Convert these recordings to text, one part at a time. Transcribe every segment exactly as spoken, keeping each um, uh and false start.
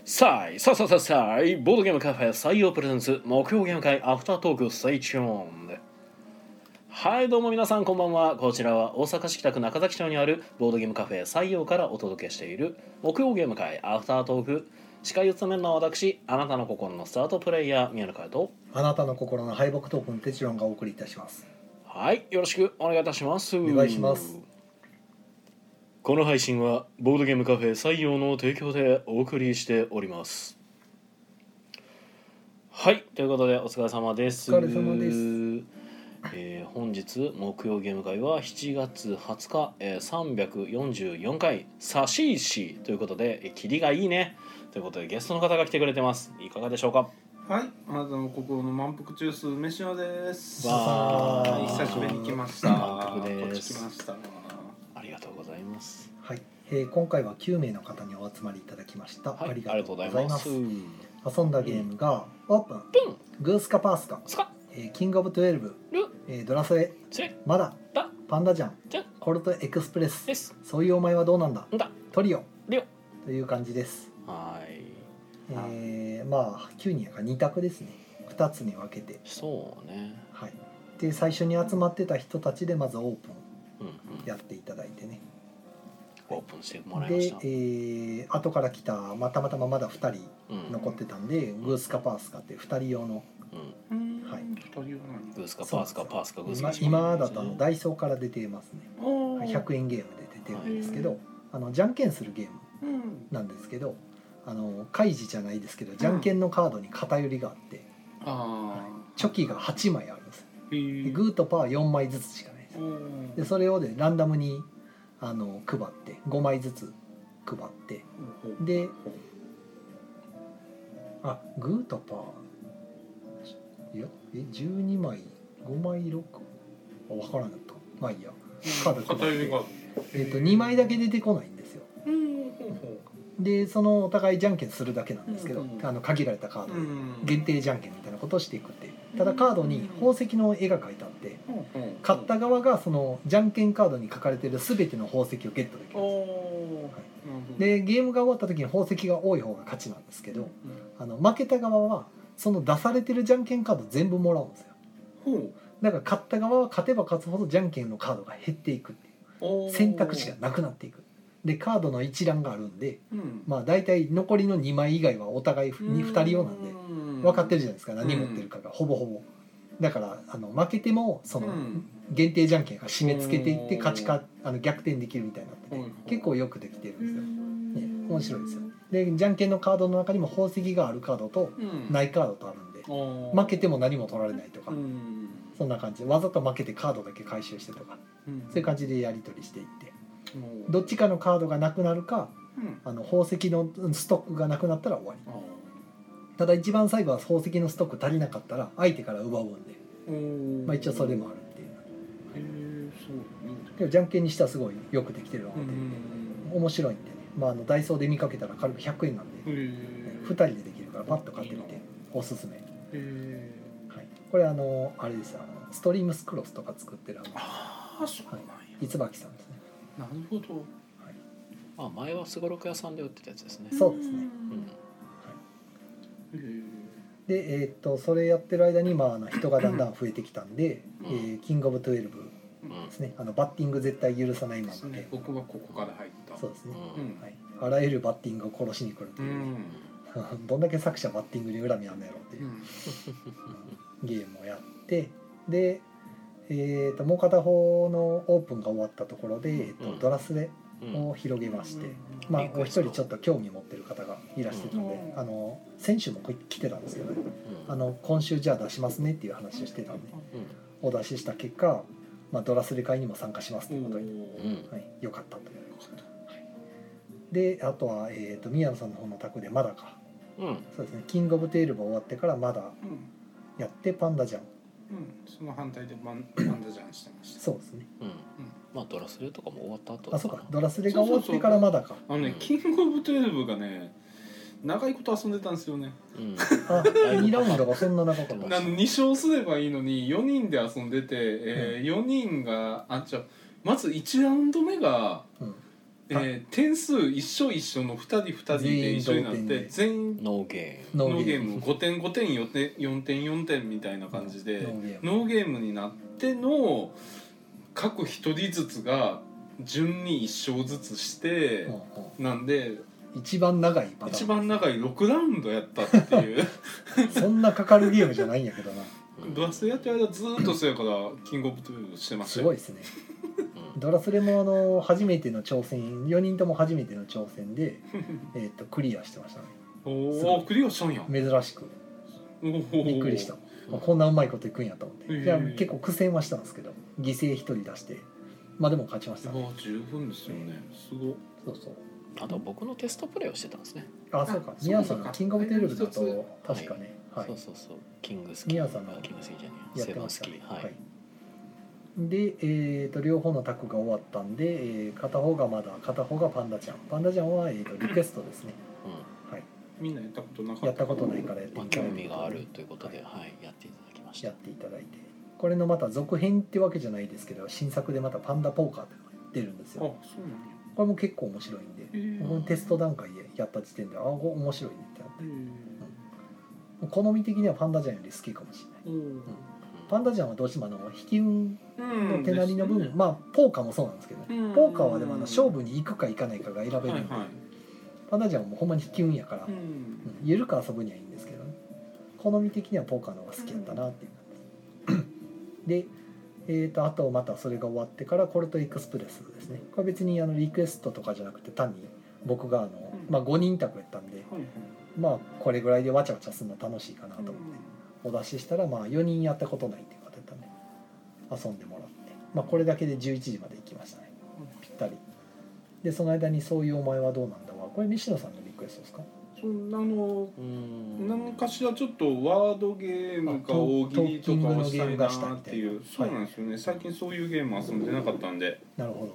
さあいさあさあさあさあいボードゲームカフェ採用プレゼンツ木曜ゲーム会アフタートークステイチューン。はいどうも皆さんこんばんは。こちらは大阪市北区中崎町にあるボードゲームカフェ採用からお届けしている木曜ゲーム会アフタートーク。司会を務めるのは私、あなたの心のスタートプレイヤー宮野佳代と、 あなたの心の敗北トークンテチロンがお送りいたします。 はいよろしくお願いいたします。 お願いします。 この配信はボードゲームカフェ採用の提供でお送りしております。はいということでお疲れ様です。 お疲れ様です。 えー、本日木曜ゲーム会はしちがつはつか、えー、さんびゃくよんじゅうよんかいさしいしということで、えー、キリがいいねということでゲストの方が来てくれてます。いかがでしょうか。 はい、あなたの心の満腹ジュース飯野です。 わーはい、久しぶりに来ました。 満腹です。 こっち来ました。 ありがとうございます。 はい、えー、今回はきゅうめいの方にお集まりいただきました。 はい、 ありがとうございます。遊んだゲームが、うん、オープン、 プングースカパースカ、 スカえー、キングオブトゥエルブ、えー、ドラスレ、マダ、 ダパンダジャン、 ジャンコルトエクスプレス、 です。 そういうお前はどうなんだ、 だトリオリオという感じです。 はい、 えー、まあきゅうにんやからに択ですね。ふたつに分けて、 そうね、 はい、で最初に集まってた人たちでまずオープンうんうん、 やっていただいてね、 オープンしてもらいました。 で、えー、後から来た、まあ、たまたままだふたり残ってたんで、うん、グースかパースかってふたり用の、 うん、 はい、 グースかパースかパースかグースか、 今, 今だとあのダイソーから出てますね。ひゃくえんゲームで出てるんですけど、あのじゃんけんするゲームなんですけど、あの開示じゃないですけどじゃんけんのカードに偏りがあって、うん、はい、チョキがはちまいあるんです。でグーとパーよんまいずつしかないです。でそれをでランダムにあの配ってごまいずつ配って、であグーとパーいやえじゅうにまいごまいろくあ分からなかった。まあいいや、カード配って、えー、とにまいだけ出てこないんですよ。でそのお互いじゃんけんするだけなんですけど、あの限られたカードで限定じゃんけんみたいなことをしていくっていう。ただカードに宝石の絵が描いてあって、勝った側がそのじゃんけんカードに書かれている全ての宝石をゲットできます。はい、でゲームが終わった時に宝石が多い方が勝ちなんですけど、あの負けた側はその出されてるじゃんけんカード全部もらうんですよ。だから勝った側は勝てば勝つほどじゃんけんのカードが減っていくっていう選択肢がなくなっていく。でカードの一覧があるんで、うん、まあ大体残りのにまい以外はお互いにふたり用なんで分かってるじゃないですか、何持ってるかがほぼほぼ。だからあの負けてもその限定じゃんけんが締め付けていって勝ちかあの逆転できるみたいになってて、結構よくできてるんですよ、ね、面白いですよ。でじゃんけんのカードの中にも宝石があるカードとないカードとあるんで、負けても何も取られないとか、そんな感じでわざと負けてカードだけ回収してとか、そういう感じでやり取りしていって、どっちかのカードがなくなるか、うん、あの宝石のストックがなくなったら終わり。ただ一番最後は宝石のストック足りなかったら相手から奪うんで、まあ、一応それもあるっていう。へそうでもじゃんけんにしてはすごいよくできてるなって面白いんでね、まあ、あのダイソーで見かけたら軽くひゃくえんなんで、ね、ふたりでできるからパッと買ってみておすすめ。へ、はい、これあのあれですよ、あのストリームスクロスとか作ってるあの三椿さんですね。 なるほど、はい、 あ前はすごろく屋さんで売ってたやつですね。 そうですね、うん、はい、で、えー、っとそれやってる間に、まあ、あの人がだんだん増えてきたんで、うんえー、キングオブトゥエルブですね、あのバッティング絶対許さないままで、ね、 僕はここから入ったそうですね、うんはい、あらゆるバッティングを殺しに来るっていう、うん、どんだけ作者バッティングに恨みあんのやろうっていう、うん、ゲームをやってでえー、ともう片方のオープンが終わったところで、えー、とドラスレを広げまして、まあお一人ちょっと興味持ってる方がいらしてたので、あの先週も来てたんですけどね、あの今週じゃあ出しますねっていう話をしてたんで、お出しした結果、まあ、ドラスレ会にも参加しますということに、はい、よかったということで、であとは、えー、と宮野さんの方の卓でまだか、そうですね、キングオブテールが終わってからまだやってパンダジャン、 うん、その反対でバンダジャンしてました。 そうですね。 うん。まあドラスレとかも終わった後あ、そうか。ドラスレが終わってからまだか。 あのね、うん、キングオブトゥエルブがね、長いこと遊んでたんですよね。 うん。 あ、にラウンドがそんな長かった。 あのに勝すればいいのによにんで遊んでて、えーうん、よにんがあじゃまずいちラウンド目が、うん、 えー、点数一緒一緒のふたりふたりで一緒になって全員ノーゲーノーゲームごてんごてんよんてんよんてんよんてんみたいな感じで、 ノーゲームノーゲームになっての各一人ずつが順にいっ勝ずつして、 うんうんなんで一番長いパターン一番長いろくラウンドやったっていうそんなかかるゲームじゃないんやけどな。 ドラスレやってる間ずーっとそやからキングオブトゥーしてましたよ。 すごいですね。ドラスレもあの初めての挑戦、よにんとも初めての挑戦でえーとクリアしてましたね。 おおクリアしたんや。 珍しくびびっくりした。あこんなうまいこといくんやと思って、 へーいや結構苦戦はしたんですけど、犠牲一人出してまあでも勝ちましたね。 あ十分ですよね。すご。 そうそう。 あと僕のテストプレイをしてたんですね。 あそうか。 あミヤさんそうかキングオブテールズだと確かね。はい。 そうそうそうキングスキーミヤさんのキングスキーじゃねえやってセブンましたね。 スキーはい、 はい。で、えー、と両方のタクが終わったんで、えー片方がまだ片方がパンダちゃん。パンダちゃんは、えー、とリクエストですね。はい。 みんなやったことなかった。 やったことないからやってまあ、 いただいて興味があるということで、 ははいいやっていただきましたやっていただいて、これのまた続編ってわけじゃないですけど、新作でまたパンダポーカーっていうのが出るんですあよ。 そうなんや。 これも結構面白いんで、 へー僕テスト段階でやった時点であ面白いねってなって、 へー好み的にはパンダジャンより好きかもしれない。 うんパンダジャンはどうしてもあの引き運うんの手なりの部分、 ですねまあポーカーもそうなんですけど、 うんポーカーはでもあの勝負に行くか行かないかが選べるんで、 はいはい。 パンダジャンはもうほんまに引き運やから、 ううんんゆるく遊ぶにはいいんですけどね、好み的にはポーカーの方が好きやったなっていう感じで、えー、とあとまたそれが終わってからコルトエクスプレスですね。これ別にあのリクエストとかじゃなくて単に僕があの、まあ、ごにん択やったんで、 はいはい。 まあこれぐらいでわちゃわちゃするの楽しいかなと思ってお出ししたら、まあよにんやったことないっていう方だったんで遊んでもらって、まあこれだけでじゅういちじまで行きましたね、ぴったりで。その間にそういうお前はどうなんだわ、これ西野さんのリクエストですか？ そんなのうん何かしらちょっとワードゲームか大喜利とかをしたいなっていう。そうなんですよね。最近そういうゲーム遊んでなかったんで。 なるほ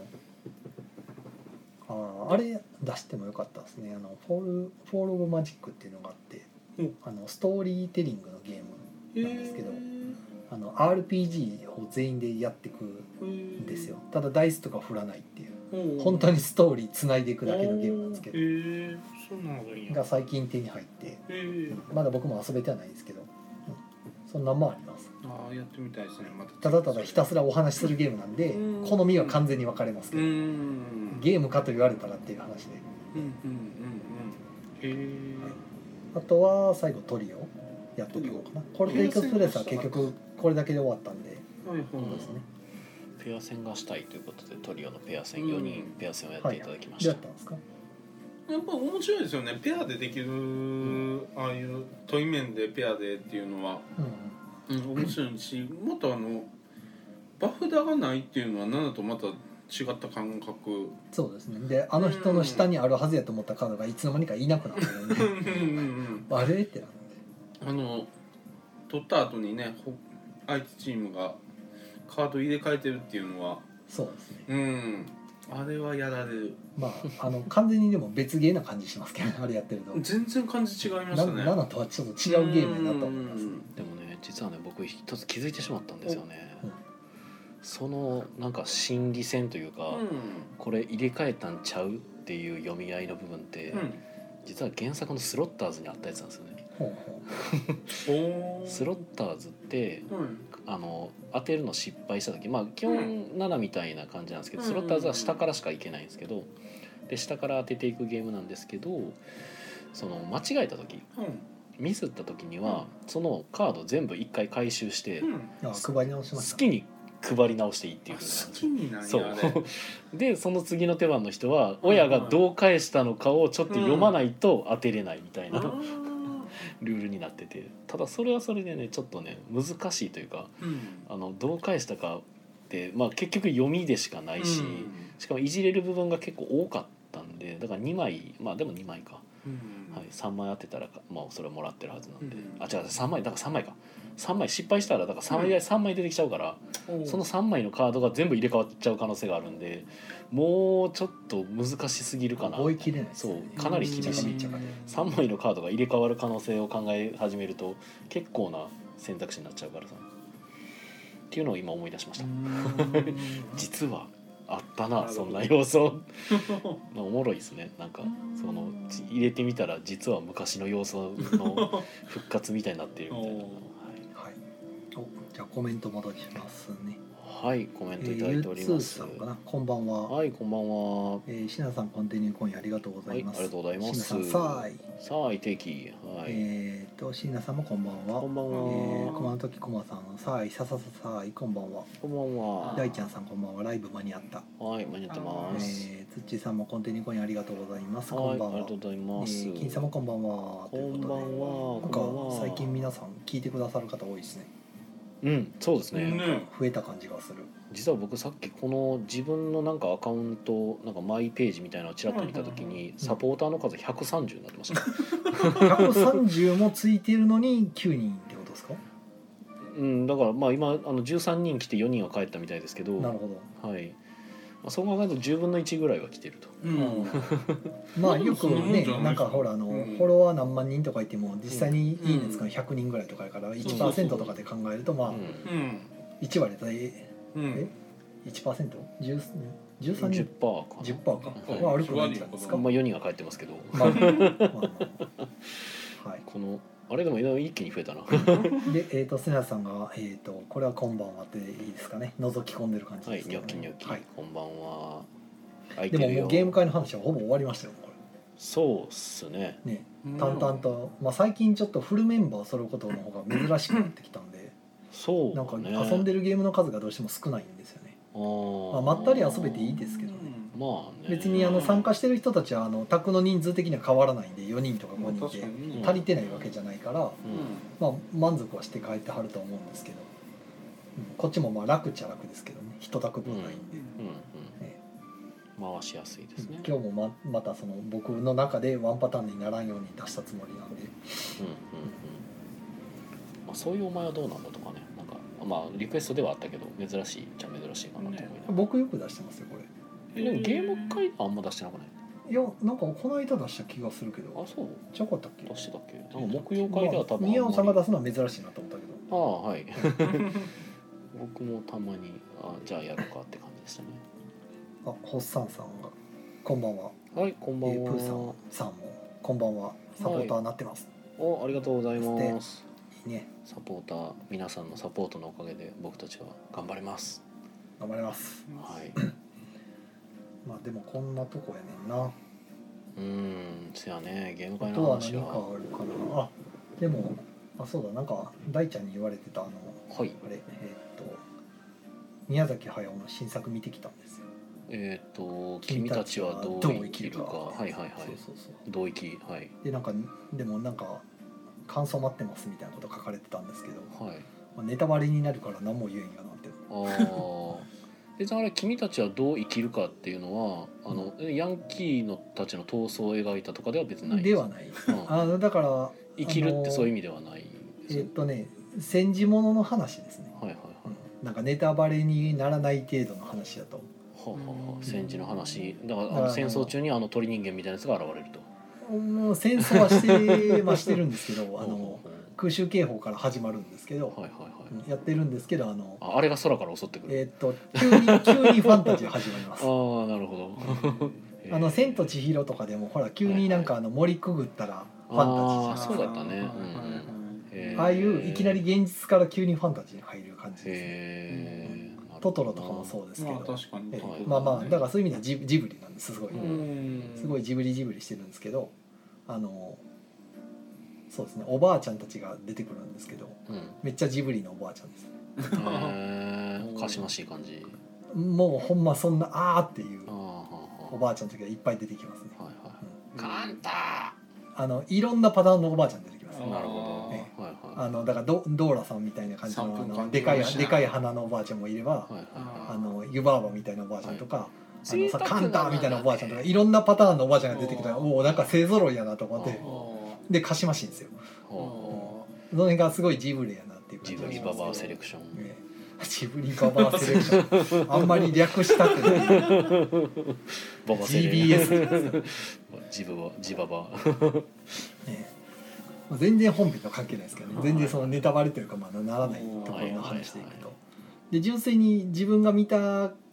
ど。ああ、あれ出してもよかったですね。あのフォールフォールオブマジックっていうのがあって、 うんあのストーリーテリングのゲームなんですけど、 へあの アールピージー を全員でやっていくんですよ。ただダイスとか振らないっていう、本当にストーリーつないでいくだけのゲームなんですけど、 へえそうなのがいいんや。 が最近手に入ってへえまだ僕も遊べてはないですけど、うん、そんなんもあります。 ああやってみたいですね。またただただひたすらお話しするゲームなんで、 うん好みは完全に分かれますけうど、 んゲームかと言われたらっていう話で。 うんうんうんうんへえあとは最後トリオやっとこうかな。コルトエクスプレスは結局これだけで終わったんで、 はいはいそうですね。 ペア戦がしたいということでトリオのペア戦よにんペア戦をやっていただきまどうした、 やったんですか？ やっぱ面白いですよね。ペアでできる、ああいう対面でペアでっていうのは、 うんうん、面白いし、もっとあのバフ札がないっていうのはななとまた違った感覚。 そうですね。であの人の下にあるはずやと思ったカードがいつの間にかいなくなってるんでうんうんうんあれってなるんで、 あの取った後にね、ほ相手チームがカード入れ替えてるっていうのは、 そうですね。 うん、あれはやられる。 まああの完全にでも別ゲーな感じしますけどね、あれやってると。 全然感じ違いましたね。 ななとはちょっと違うゲームやなと思います。 うんでもね実はね僕一つ気づいてしまったんですよね、 うんそのなんか心理戦というか、 うんこれ入れ替えたんちゃうっていう読み合いの部分って、 うん実は原作のスロッターズにあったやつなんですよね。 ほうほおースロッターズってうんあの当てるの失敗した時、まあ基本ななみたいな感じなんですけど、 うんスロッターズは下からしかいけないんですけど、で下から当てていくゲームなんですけど、その間違えた時ミスった時には、そのカード全部一回回収して、 うんうんう。あ配り直しました。 好きに配り直していいっていうあ風好きになるそうあれでその次の手番の人は親がどう返したのかをちょっと読まないと当てれないみたいな、 あールールになってて、ただそれはそれでねちょっとね難しいというか、 うんあのどう返したかって、まあ、結局読みでしかないし、しかもいじれる部分が結構多かったんで、だからにまい、まあでもにまいか、 うんはい、さんまい当てたらか、まあ、それはもらってるはずなんで、 うんあ違うさんまいだからさんまいかさんまい失敗したらだからさんまい、 うんさんまい出てきちゃうから、 おーそのさんまいのカードが全部入れ替わっちゃう可能性があるんで、もうちょっと難しすぎるかな。 覚えきれないですそね。 うかなり厳しいめっちゃかめっちゃさんまいのカードが入れ替わる可能性を考え始めると結構な選択肢になっちゃうからさっていうのを今思い出しました。 うん実はあったなそんな要素おもろいですねなんかその入れてみたら実は昔の要素の復活みたいになっているみたいな、はい、 はい、おじゃあコメント戻りますね。 はい、コメントいただいております。 えー、ゆうつーさんかな、こんばんは。 はい、こんばんは。 えー、しなさんコンティニューコインありがとうございます。 はい、ありがとうございます。 しなさんさーい。 さーい、定期。はい。 えーと、しなさんもこんばんは。 こんばんは。 えー、こまのときこまさんさーい、ささささーい、こんばんは。 こんばんは。 大ちゃんさんこんばんは。ライブ間に合った。 はい、間に合ってます。 えー、つっちーさんもコンティニューコインありがとうございます。こんばんは。 はい、ありがとうございます。 えー、金さんもこんばんは。 こんばんは。 なんか最近皆さん聞いてくださる方多いですね。 うん、そうですね。 ね増えた感じがする。 実は僕さっきこの自分のなんかアカウントなんかマイページみたいなのをちらっと見たときにサポーターの数ひゃくさんじゅうになってました、ね、 ひゃくさんじゅうもついてるのにきゅうにんってことですか？ うん、だからまあ今あのじゅうさんにん来てよにんは帰ったみたいですけど、 なるほど、 はい、まあ、そう考えるとじゅうぶんのいちぐらいは来てると、 うん、 まあよくねなんかほらあの、うん、フォロワー何万人とか言っても実際にいいねつくのひゃくにんぐらいとかやから いちパーセント とかで考えるとまあ、うん、いち割でえ、うん、え いちパーセント？じゅうさんにん じゅっパーセント か じゅっパーセント か、はい、まあ悪くないんじゃないですか。 まあよにんが帰ってますけど、 まあまあまあ、はい、 このあれでも一気に増えたなで、えーと、瀬名さんが、えーと、これはこんばんはっていいですかね、覗き込んでる感じですね。 はい、ニョキニョキ、はい、こんばんは。 でももうゲーム会の話はほぼ終わりましたよ、これ。 そうっすね。 ね、淡々と、まあ、最近ちょっとフルメンバー揃うことの方が珍しくなってきたんでそう、ね、 なんか遊んでるゲームの数がどうしても少ないんですよね。あ、まあ、まったり遊べていいですけどね。まあね、別にあの参加してる人たちはあの宅の人数的には変わらないんでよにんとかごにんで足りてないわけじゃないから、うん、まあ満足はして帰ってはると思うんですけど、うん、こっちもまあ楽っちゃ楽ですけどね、一択分ないんで、うんうんうん、 ね、回しやすいですね。 今日も ま, またその僕の中でワンパターンにならんように出したつもりなんで、うんうんうん、 まあ、そういうお前はどうなんだとかね、なんかまあリクエストではあったけど珍しいじゃ珍しいかなと思いながら、ね、僕よく出してますよこれ。 でもゲーム会あんま出してなくない？ いやなんかこの間出した気がするけど。 あ、そう。 ちゃうかったっけ？ 出してたっけ？なんか木曜会では多分宮尾さんが出すのは珍しいなと思ったけど。 ああ、はい僕もたまにあじゃあやるかって感じでしたね。 あ、ホッサンさんがこんばんは。 はい、こんばんは。えー、 プーさんさんもこんばんは。サポーターになってます、 はい、お、ありがとうございます。 いいね。 サポーター、皆さんのサポートのおかげで僕たちは頑張れます。 頑張れます。 はいまあでもこんなとこやねんな。 うん、そやね、ゲーム会の話は。 あとは何かあるかな。あ、でもあ、そうだ、なんか大ちゃんに言われてたあの、 はい、 あれ、えー、っと宮崎駿の新作見てきたんですよ。 えー、っと君たちはどう生きるか。はいはいはい。そうそうそう。どう生き、はい。でなんかでもなんか感想待ってますみたいなこと書かれてたんですけど、はい。まあ、ネタバレになるから何も言えんやなって。ああ。 別にあれ君たちはどう生きるかっていうのはあの、うん、ヤンキーのたちの闘争を描いたとかでは別にないではない、うん、あのだから生きるってそういう意味ではない、 えー、っとね戦時ものの話ですね。はいはいはい、うん、なんかネタバレにならない程度の話だと。 はあはあ、戦時の話だからあの戦争中にあの鳥人間みたいなやつが現れると。 もう戦争はしてまあしてるんですけどあの空襲警報から始まるんですけど、はいはいはい、やってるんですけどあのあ, あれが空から襲ってくる。 えー、っと急に急にファンタジー始まります。 ああなるほど。 あの千と千尋とかでもほら急になんかあの森くぐったらファンタジーじゃないですか。 そうだったね。 うん、ああいういきなり現実から急にファンタジーに入る感じですね。うん、トトロとかもそうですけど、まあ、確かに、えー、まあまあだからそういう意味では ジ, ジブリなんですすごい、すごいジブリジブリしてるんですけど、あのそうですね、おばあちゃんたちが出てくるんですけど、うん、めっちゃジブリのおばあちゃんですね。へーかしましい感じ。 もうほんまそんなあーっていうおばあちゃんたちがいっぱい出てきますね。はいはい、 カンタあのいろんなパターンのおばあちゃん出てきますね。 なるほど、 ね、はいはい、あのだから ド, ドーラさんみたいな感じ の, あのでかいでかい鼻のおばあちゃんもいれば、はいはいはい、あの湯婆婆みたいなおばあちゃんとか、はい、あのさカンタみたいなおばあちゃんとかいろんなパターンのおばあちゃんが出てきたらもうなんか勢ぞろいやなと思ってでかしましいんですよ。その辺がすごいジブリやなっていう感じ。 ジブリババアセレクション、 ね、ジブリババアセレクションあんまり略したくないババセレ ジービーエスジブバジババね、全然本編と関係ないですけどね、全然そのネタバレというかまだならないところの話でいくと、で純粋に自分が見た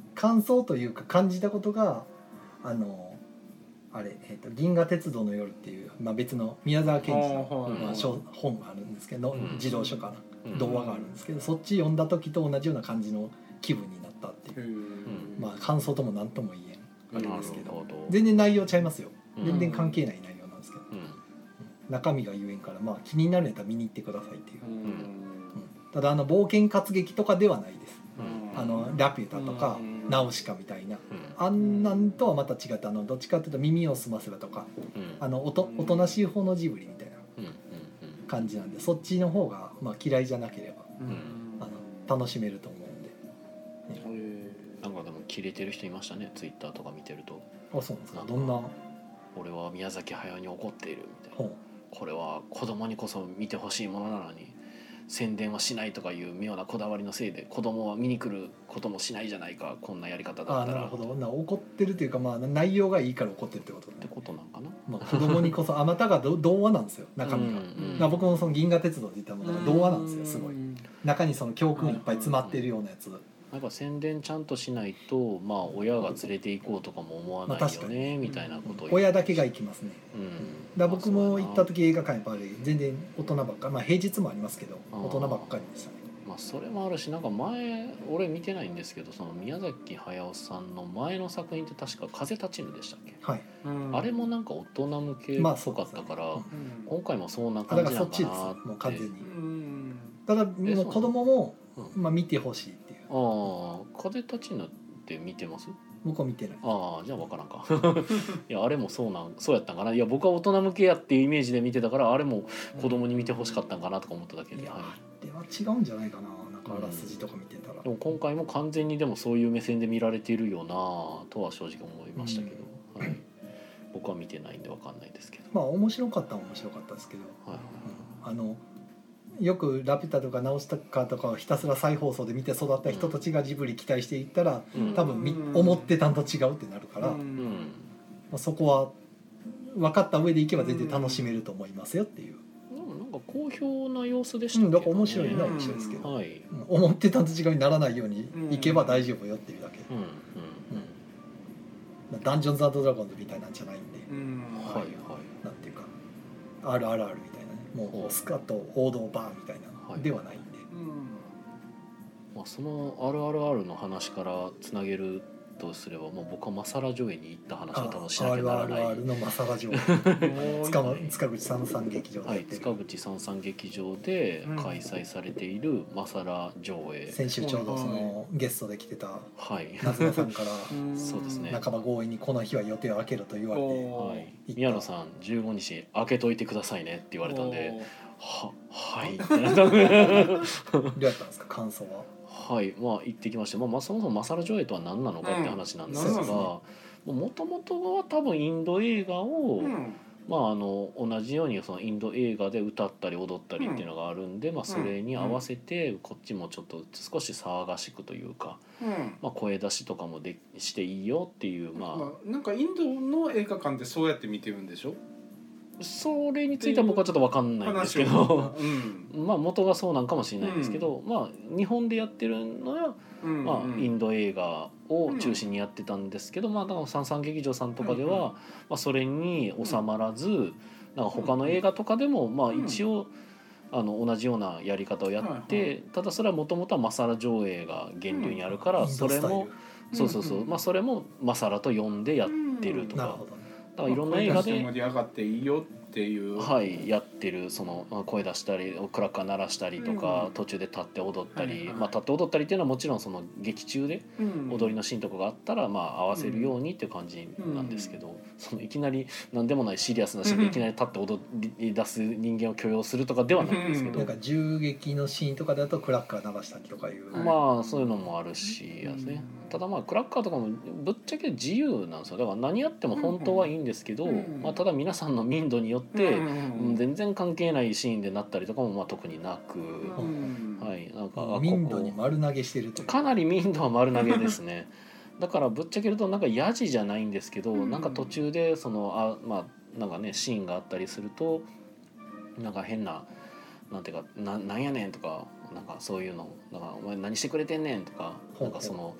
感想というか感じたことがあのあれ、えー、と銀河鉄道の夜っていう、まあ、別の宮沢賢治の、 あーまあ、小本があるんですけど、 うん、 児童書かな、 うん、 童話があるんですけど、そっち読んだ時と同じような感じの気分になったっていう、 うんまあ感想とも何とも言えんあれですけど、 なるほど全然内容ちゃいますよ、 うん全然関係ない内容なんですけど、 うん中身が言えんから、まあ気になるんやったら見に行ってくださいっていう、 うんうんただあの冒険活劇とかではないです、 うんあのラピュタとか、 うんナウシカみたいな、 うんあんなんとはまた違ったあのどっちかっていうと耳をすませばとか、 うんあのおとおとなしい方のジブリみたいなうんうん感じなんで、そっちの方がまあ嫌いじゃなければうんあの楽しめると思うんで。 へなんかでもキレてる人いましたね、ツイッターとか見てると。 あ、そうなんですか。 なんかどんな俺は宮崎駿に怒っているみたいな、 本？ これは子供にこそ見てほしいものなのに宣伝はしないとかいう妙なこだわりのせいで子供は見に来ることもしないじゃないか、こんなやり方だああ、 ったら。 なるほど。な怒ってるというか、まあ内容がいいから怒ってるってことね。 ってことなんかな。 まあ子供にこそあまたがど童話なんですよ、中身が。 うんうんだから僕もその銀河鉄道で言ったものが童話なんですよ、すごい。中にその教訓いっぱい詰まってるようなやつ。 なんか宣伝ちゃんとしないと、まあ親が連れて行こうとかも思わないよまあ確かねみたいなことを言って親だけが行きますね。 うん、 だから僕も行った時映画館やっぱり全然大人ばっかり、まあ平日もありますけどあー大人ばっかりでしたね。 まあそれもあるし、なんか前俺見てないんですけど、その宮崎駿さんの前の作品って確か風立ちぬでしたっけ、 はい。 あれもなんか大人向けっまあぽかったから、 そう今回もそんなあだ感じなからそっちですのかなって。 もう完全に。 うんただもえそうう子供もうんまあ見てほしいっていう。 ああ、風立ちぬって見てます？ 僕は見てない。 ああ、じゃあ分からんかいやあれもそうなんそうやったんかな。いや僕は大人向けやっていうイメージで見てたから、あれも子供に見てほしかったんかなとか思っただけで、 いやはいでは違うんじゃないかな。なんかあらすじとか見てたら。 でも今回も完全にでもそういう目線で見られているよなとは正直思いましたけど、はい、僕は見てないんで分かんないですけど、 まあ面白かったは面白かったですけど、 はいうんあのよくラピュタとかナウシカとかをひたすら再放送で見て育った人たちがジブリ期待していったら、 うん多分み思ってたんと違うってなるから、まうんあ、そこは分かった上でいけば全然楽しめると思いますよっていう、 でもなんか好評な様子でしたうん、 けど、 だから面白いのはうん面白いですけど、 はい、 うん思ってたんと違うにならないようにいけば大丈夫よっていうだけ、 うんうんダンジョンズ&ドラゴンズみたいなんじゃないんで、 うんはいはいなんていうか アールアールアール みたいなね、もうスカッと王道バーみたいなはいではないんで、 まあ、その アールアールアール の話からつなげるとすれば、もう僕はマサラ城へに行った話を多分しなきゃならない。 アールアールアール のマサラ城塚も塚口さんさん劇場ではい、 やってる、 塚口三三劇場でうん開催されているマサラ上映、 先週ちょうどそのゲストで来てたはい夏菜さんからそうですね半ば強引にこの日は予定を空けろと言われて、 はい、宮野さんじゅうごにち開けといてくださいねって言われたんで、ははいってなったどうやったんですか感想は。 はい、まあ行ってきました。まあ、まあそもそもマサラ上映とは何なのかって話なんですが、 うんもともとは多分インド映画を、 うんまあ、あの同じようにそのインド映画で歌ったり踊ったりっていうのがあるんで、まあ、それに合わせてこっちもちょっと少し騒がしくというか、 うんまあ、声出しとかもでしていいよっていう、ままあ、なんかインドの映画館でそうやって見てるんでしょあ、それについては僕はちょっと分かんないんですけ話をどうんまあ元がそうなんかもしれないんですけど、まあ日本でやってるのは、 うんまあ、インド映画を中心にやってたんですけど、まあだから三三劇場さんとかでは、 うんうんまあ、それに収まらず、なんか他の映画とかでもまあ一応、あの同じようなやり方をやって、 はいはいただそれはもともとはマサラ上映が源流にあるから、 インそれもドスタイルそうそうそう、 うんうんまあそれもマサラと呼んでやってるとか、 なるほどね。 だからいろんな映画で、 声出して盛り上がっていいよっていうはい、やってるそのまあ声出したりクラッカー鳴らしたりとか、 うん途中で立って踊ったり、 はいはいまあ、立って踊ったりっていうのはもちろんその劇中でうん踊りのシーンとかがあったらまあ合わせるようにっていう感じなんですけど、そのいきなり何でもないシリアスなシーンでいきなり立って踊り出す人間を許容するとかではないんですけど、 なんか銃撃のシーンとかだとクラッカー流したりとかいう、 はいまあそういうのもあるしやね、ただまあクラッカーとかもぶっちゃけ自由なんですよ。だから何やっても本当はいいんですけど、 うんまあ、ただ皆さんの民度によって、 うんうん全然関係ないシーンでなったりとかもまあ特になく、 うんはい、なんかあここ民度に丸投げしてるというかなり民度は丸投げですねだからぶっちゃけるとなんかヤジじゃないんですけど、 うんなんか途中でそのあまあなんかねシーンがあったりするとなんか変ななんていうかななんやねんとかなんかそういうのなんかお前何してくれてんねんとかほうほうなんかその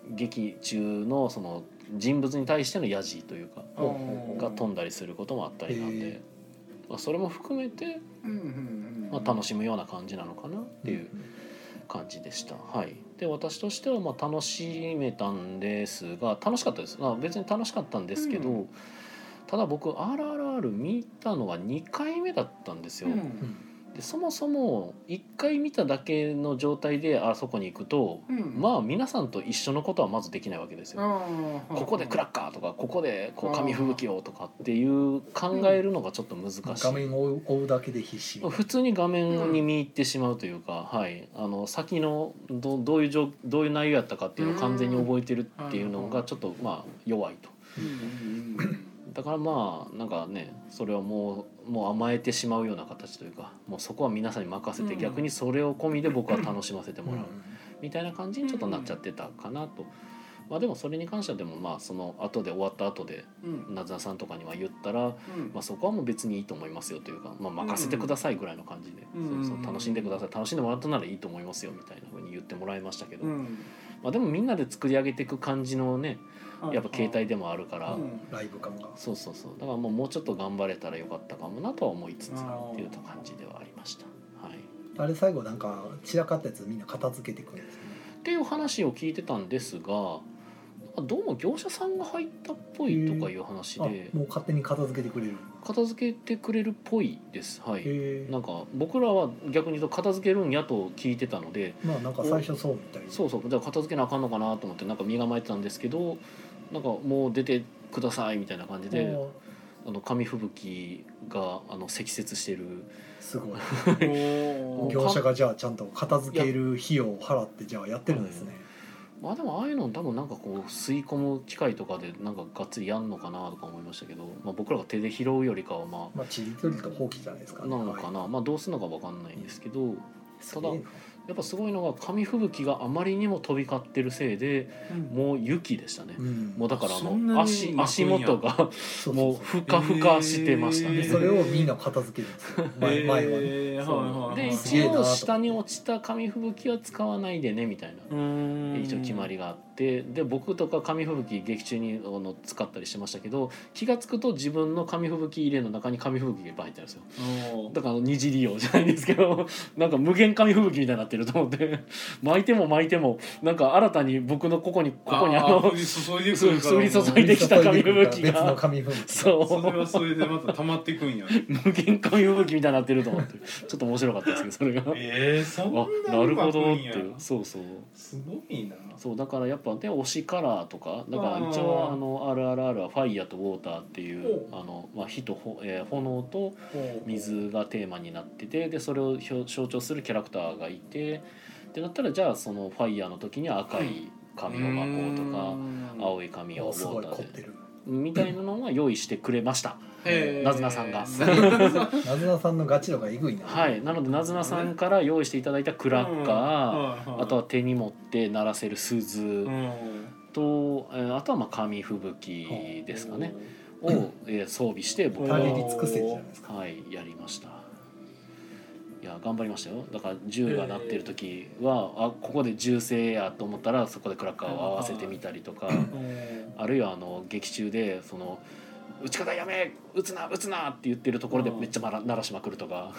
劇中のその人物に対してのヤジというかが飛んだりすることもあったりなんで、まあ、それも含めて、まあ、楽しむような感じなのかなっていう感じでした。はい、で私としてはまあ楽しめたんですが楽しかったです。まあ、別に楽しかったんですけど、うん、ただ僕 アールアールアール 見たのはにかいめだったんですよ。うんでそもそもいっかい見ただけの状態であそこに行くと、うん、まあ皆さんと一緒のことはまずできないわけですよ。ここでクラッカーとかここでこう紙吹雪をとかっていう考えるのがちょっと難しい、うん、 画面を追うだけで必死普通に画面に見入ってしまうというか、うんはい、あの先の ど, どういう状どういう内容やったかっていうのを完全に覚えてるっていうのがちょっとまあ弱いと。うんだからまあなんかねそれはもうもう甘えてしまうような形というかもうそこは皆さんに任せて逆にそれを込みで僕は楽しませてもらうみたいな感じにちょっとなっちゃってたかなと。まあでもそれに関してはでもまあその後で終わった後でなずなさんとかには言ったらまあそこはもう別にいいと思いますよというかまあ任せてくださいぐらいの感じでそうそう楽しんでください楽しんでもらったならいいと思いますよみたいな風に言ってもらいましたけどまあでもみんなで作り上げていく感じのねやっぱ携帯でもあるから、うん、 ライブ感がそうそうそうだからもうもうちょっと頑張れたらよかったかもなとは思いつつっていう感じではありました。はい、 あれ最後なんか散らかったやつみんな片付けてくるんですねっていう話を聞いてたんですがどうも業者さんが入ったっぽいとかいう話でもう勝手に片付けてくれる片付けてくれるっぽいです。はいなんか僕らは逆に言うと片付けるんやと聞いてたのでまあなんか最初そうみたいなそうそうじゃあ片付けなあかんのかなと思ってなんか身構えてたんですけどなんかもう出てくださいみたいな感じであの紙吹雪があの積雪してるすごい業者がじゃあちゃんと片付ける費用を払ってじゃあやってるんですね。 まあでもああいうの多分なんかこう吸い込む機械とかでなんかがっつりやんのかなとか思いましたけど、まあ、僕らが手で拾うよりかはまあまあちりとりとほうきじゃないですかね。 なのかな、はい、まあどうするのか分かんないんですけどただやっぱすごいのが紙吹雪があまりにも飛び交ってるせいで、うん、もう雪でしたね、うん、もうだからあの 足, 足元がもうふかふかしてましたね、えー、 それをみんな片付けるんですよ前, 前はね、えー、 そうで一応下に落ちた紙吹雪は使わないでねみたいな一応決まりがあってで僕とか紙吹雪劇中にあの使ったりしてましたけど気が付くと自分の紙吹雪入れの中に紙吹雪がいっぱい入ってるんですよ。だから二次利用じゃないんですけどなんか無限紙吹雪みたいになってると思って巻いても巻いてもなんか新たに僕のここにここにあの降り注いでくるから降り注いできた紙吹雪が別の紙吹雪そうそれはそれでまた溜まっていくんや無限紙吹雪みたいになってると思ってちょっと面白かったですけどそれがえー、そんななるほどっていうそうそうすごいなそうだからやっぱで推しカラーとかだから一応あの アールアールアール はファイヤーとウォーターっていうあの、まあ、火と、えー、炎と水がテーマになっててでそれを象徴するキャラクターがいてってなったらじゃあそのファイヤーの時には赤い髪を巻こうとか青い髪をウォーターでみたいなのは用意してくれましたなずなさんがなずなさんのガチ度がえぐいなはいなのでなずなさんから用意していただいたクラッカーあとは手に持って鳴らせる鈴とあとはまあ紙吹雪ですかねを装備して僕ははいやりましたいや頑張りましたよだから銃が鳴ってる時はあここで銃声やと思ったらそこでクラッカーを合わせてみたりとかあるいはあの劇中でその撃ち方やめ撃つな撃つなって言ってるところでめっちゃ鳴らしまくるとか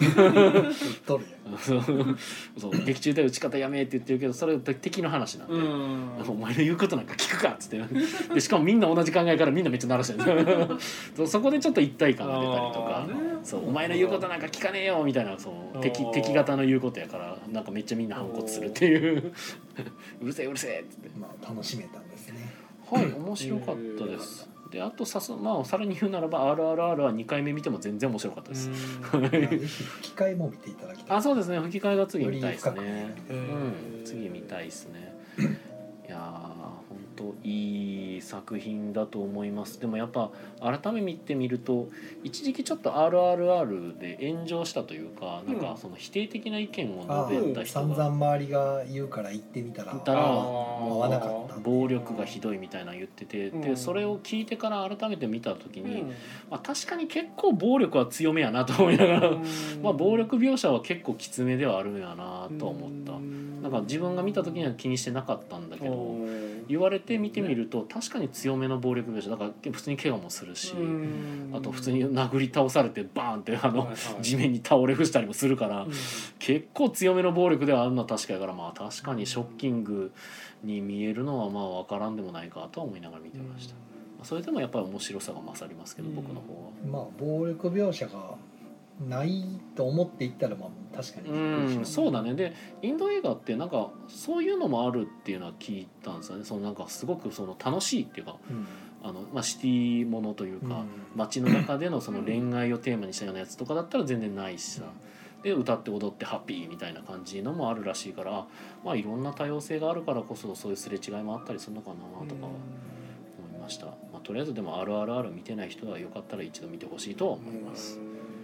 そう劇中で撃ち方やめって言ってるけどそれ敵の話なんでお前の言うことなんか聞くかっつってでしかもみんな同じ考えからみんなめっちゃ鳴らしてるそこでちょっと一体感が出たりとかそうお前の言うことなんか聞かねえよみたいなそう敵敵方の言うことやからなんかめっちゃみんな反骨するっていううるせえうるせえっつってまあ楽しめたんですねはい面白かったですであとさす、まあ、さらに言うならば アールアールアール はにかいめ見ても全然面白かったです吹き替えも見ていただきたいあそうですね吹き替えが次見たいですね、うん、次見たいですねいや本当いい作品だと思いますでもやっぱ改め見てみると一時期ちょっと アールアールアール で炎上したというかなんかその否定的な意見を述べた人が散々周りが言うから言ってみたらたらもう合わなかった暴力がひどいみたいなの言っててでそれを聞いてから改めて見た時にまあ確かに結構暴力は強めやなと思いながらまあ暴力描写は結構きつめではあるんやなと思ったなんか自分が見た時には気にしてなかったんだけど言われて見てみると確かに強めの暴力描写だから普通に怪我もするし、あと普通に殴り倒されてバーンってあの地面に倒れ伏したりもするから、結構強めの暴力ではあるのは確かやから、まあ確かにショッキングに見えるのはまあ分からんでもないかとは思いながら見てました。それでもやっぱり面白さが勝りますけど、僕の方はまあ暴力描写がないと思っていったらまあ確かにびっくりします、 うん、そうだね。でインド映画ってなんかそういうのもあるっていうのは聞いたんですよね。そのなんかすごくその楽しいっていうか、 うんあのまあ、シティものというか、 うん街の中でのその恋愛をテーマにしたようなやつとかだったら全然ないしさ、で歌って踊ってハッピーみたいな感じのもあるらしいから、まあいろんな多様性があるからこそそういうすれ違いもあったりするのかなとかは思いました。まあ、とりあえずでも アールアールアール 見てない人はよかったら一度見てほしいとは思います。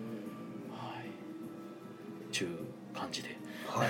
ちゅう感じで、 はい、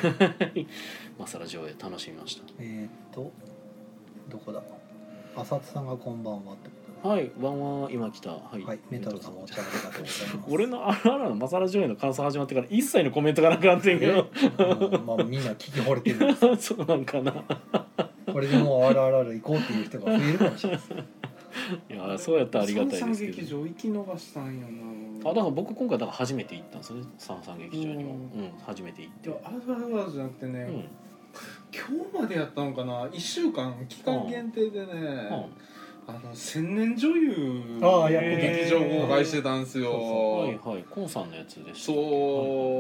マサラ上映楽しみました。 えーっとどこだ、浅津さんがこんばんはってことはい、ワンは今来た。はい、 はい、メタルさんもお茶ありがとうございます。 俺の アールアールアール のマサラ上映の感想始まってから一切のコメントがなくなってんけど、 うん、まあみんな聞き惚れてるんですそうなんかな。 これでもう アールアールアール 行こうっていう人が増えるかもしれないです。 いやそうやったらありがたいですけど。 劇場行き逃したんやな。 あ、だから僕今回だから初めて行ったんですよね。三三劇場にも、うん、初めて行って。 いやアールアールアールじゃなくてね、 うん、 今日までやったのかな、いっしゅうかん期間限定でね、うん、あの千年女優あやって劇場公開してたんですよ。 はいはい、コンさんのやつでした。 そう、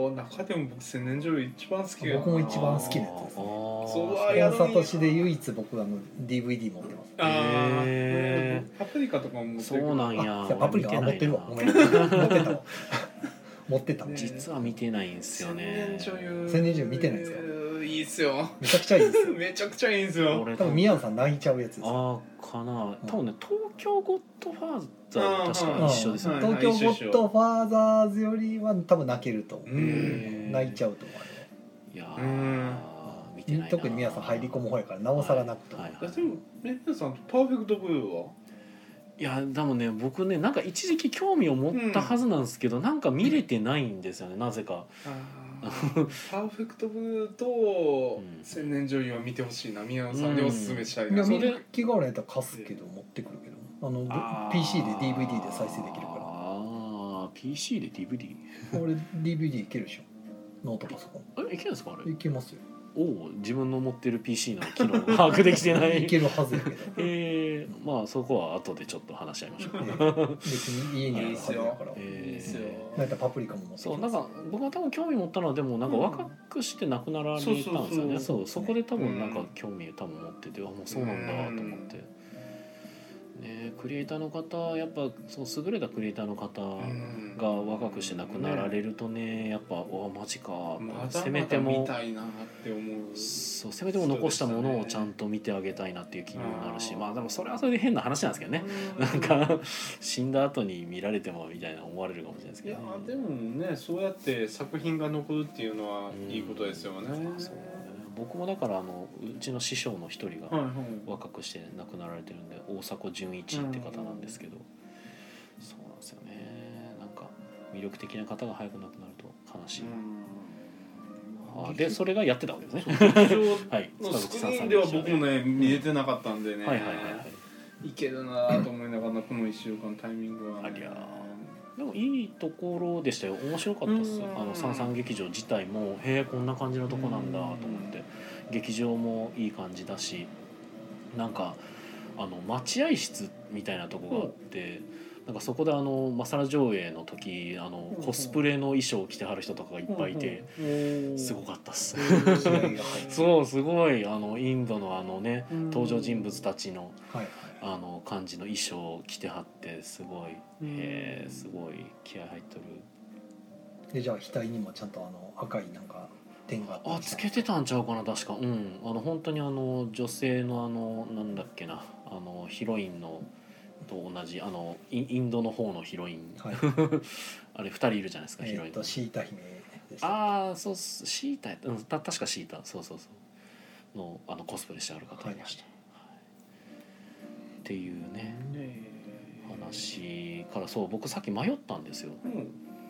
はい、 中でも僕千年女優一番好きやな。 僕も一番好きなやつですね。 そうはやサトシで唯一僕あの ディーブイディー 持ってます。 あへー、パプリカとかも持ってる。 そうなんや。 パプリカ持ってるわ。ごめん、持ってたわ。持ってた。 実は見てないんですよね。 千年女優。 千年女優見てないですか。 いいっすよ。 めちゃくちゃいいですよ。 めちゃくちゃいいんですよ。 多分宮野さん泣いちゃうやつです。 ああかな。多分ね、東京ゴッドファーザーと確か一緒ですよね。 東京ゴッドファーザーズよりは多分泣けると思う。泣いちゃうと思う。 いやー。 特に宮さん入り込む方やからなおさらなくて、 はいはいはい、でも宮さんパーフェクトブルーはいやでもね僕ねなんか一時期興味を持ったはずなんですけど、うん、なんか見れてないんですよね、なぜか。 パーフェクトブルーと千年女優は見てほしいな、宮野さんにおすすめしたいな、 うん、いや見る気があるやったら貸すけど持ってくるけどあのあ ピーシー で ディーブイディー で再生できるから。 ああ ピーシー で ディーブイディー俺 ディーブイディー いけるでしょ、ノートパソコン。 えいけるんですかあれ。 いけますよ。 おお、自分の持ってる ピーシー の機能把握できてないいけるはずやけどえー、まあそこは後でちょっと話し合いましょう、 えー、別に家にあるはずやからいいですよ。 なんかパプリカも持ってきます。 そうなんか僕が多分興味持ったのはでもなんか若くして亡くなられたんですよね。そうそこで多分なんか興味多分持ってて、あもうそうなんだと思って。ね、クリエイターの方やっぱそう優れたクリエイターの方が若くして亡くなられるとね、やっぱおマジか、 まだせめても見たいなって思う。 そうせめても残したものをちゃんと見てあげたいなっていう気にもなるし、まあでもそれはそれで変な話なんですけどね、なんか死んだ後に見られてもみたいな思われるかもしれないですけど、ね、 いやでもねそうやって作品が残るっていうのはいいことですよね。 うん、そう僕もだからあのうちの師匠の一人が若くして亡くなられてるんで、大迫純一って方なんですけど、そうなんですよね、なんか魅力的な方が早く亡くなると悲しい、あでそれがやってたわけですね。 はい、スクリーンでは僕もね見れてなかったんでね、はいはいはいはい、いけるなと思いながらこのいっしゅうかんタイミングは、ね、ありゃでもいいところでしたよ、面白かったです。あの三三劇場自体もへえこんな感じのとこなんだと思って、劇場もいい感じだし、なんかあの待合室みたいなとこがあって、なんかそこであのマサラ上映の時あのコスプレの衣装を着てはる人とかがいっぱいいて、すごかったっす。そうすごいあのインドのあのね登場人物たちの、はい、あの感じの衣装を着てはってすごい、えー、すごい気合入っとる。 でじゃあ額にもちゃんとあの赤いなんか点があつけてたんちゃうかな確か。うんあの本当にあの女性のあのなんだっけなあのヒロインのと同じあのインドの方のヒロイン、はい、あれふたりいるじゃないですか、ヒロインの。 シータ姫でした。 ああそうシータやった、うん、た確かシータそうそうそうのあのコスプレしてある方いました。はいっていうね話から、そう僕さっき迷ったんですよ、うん、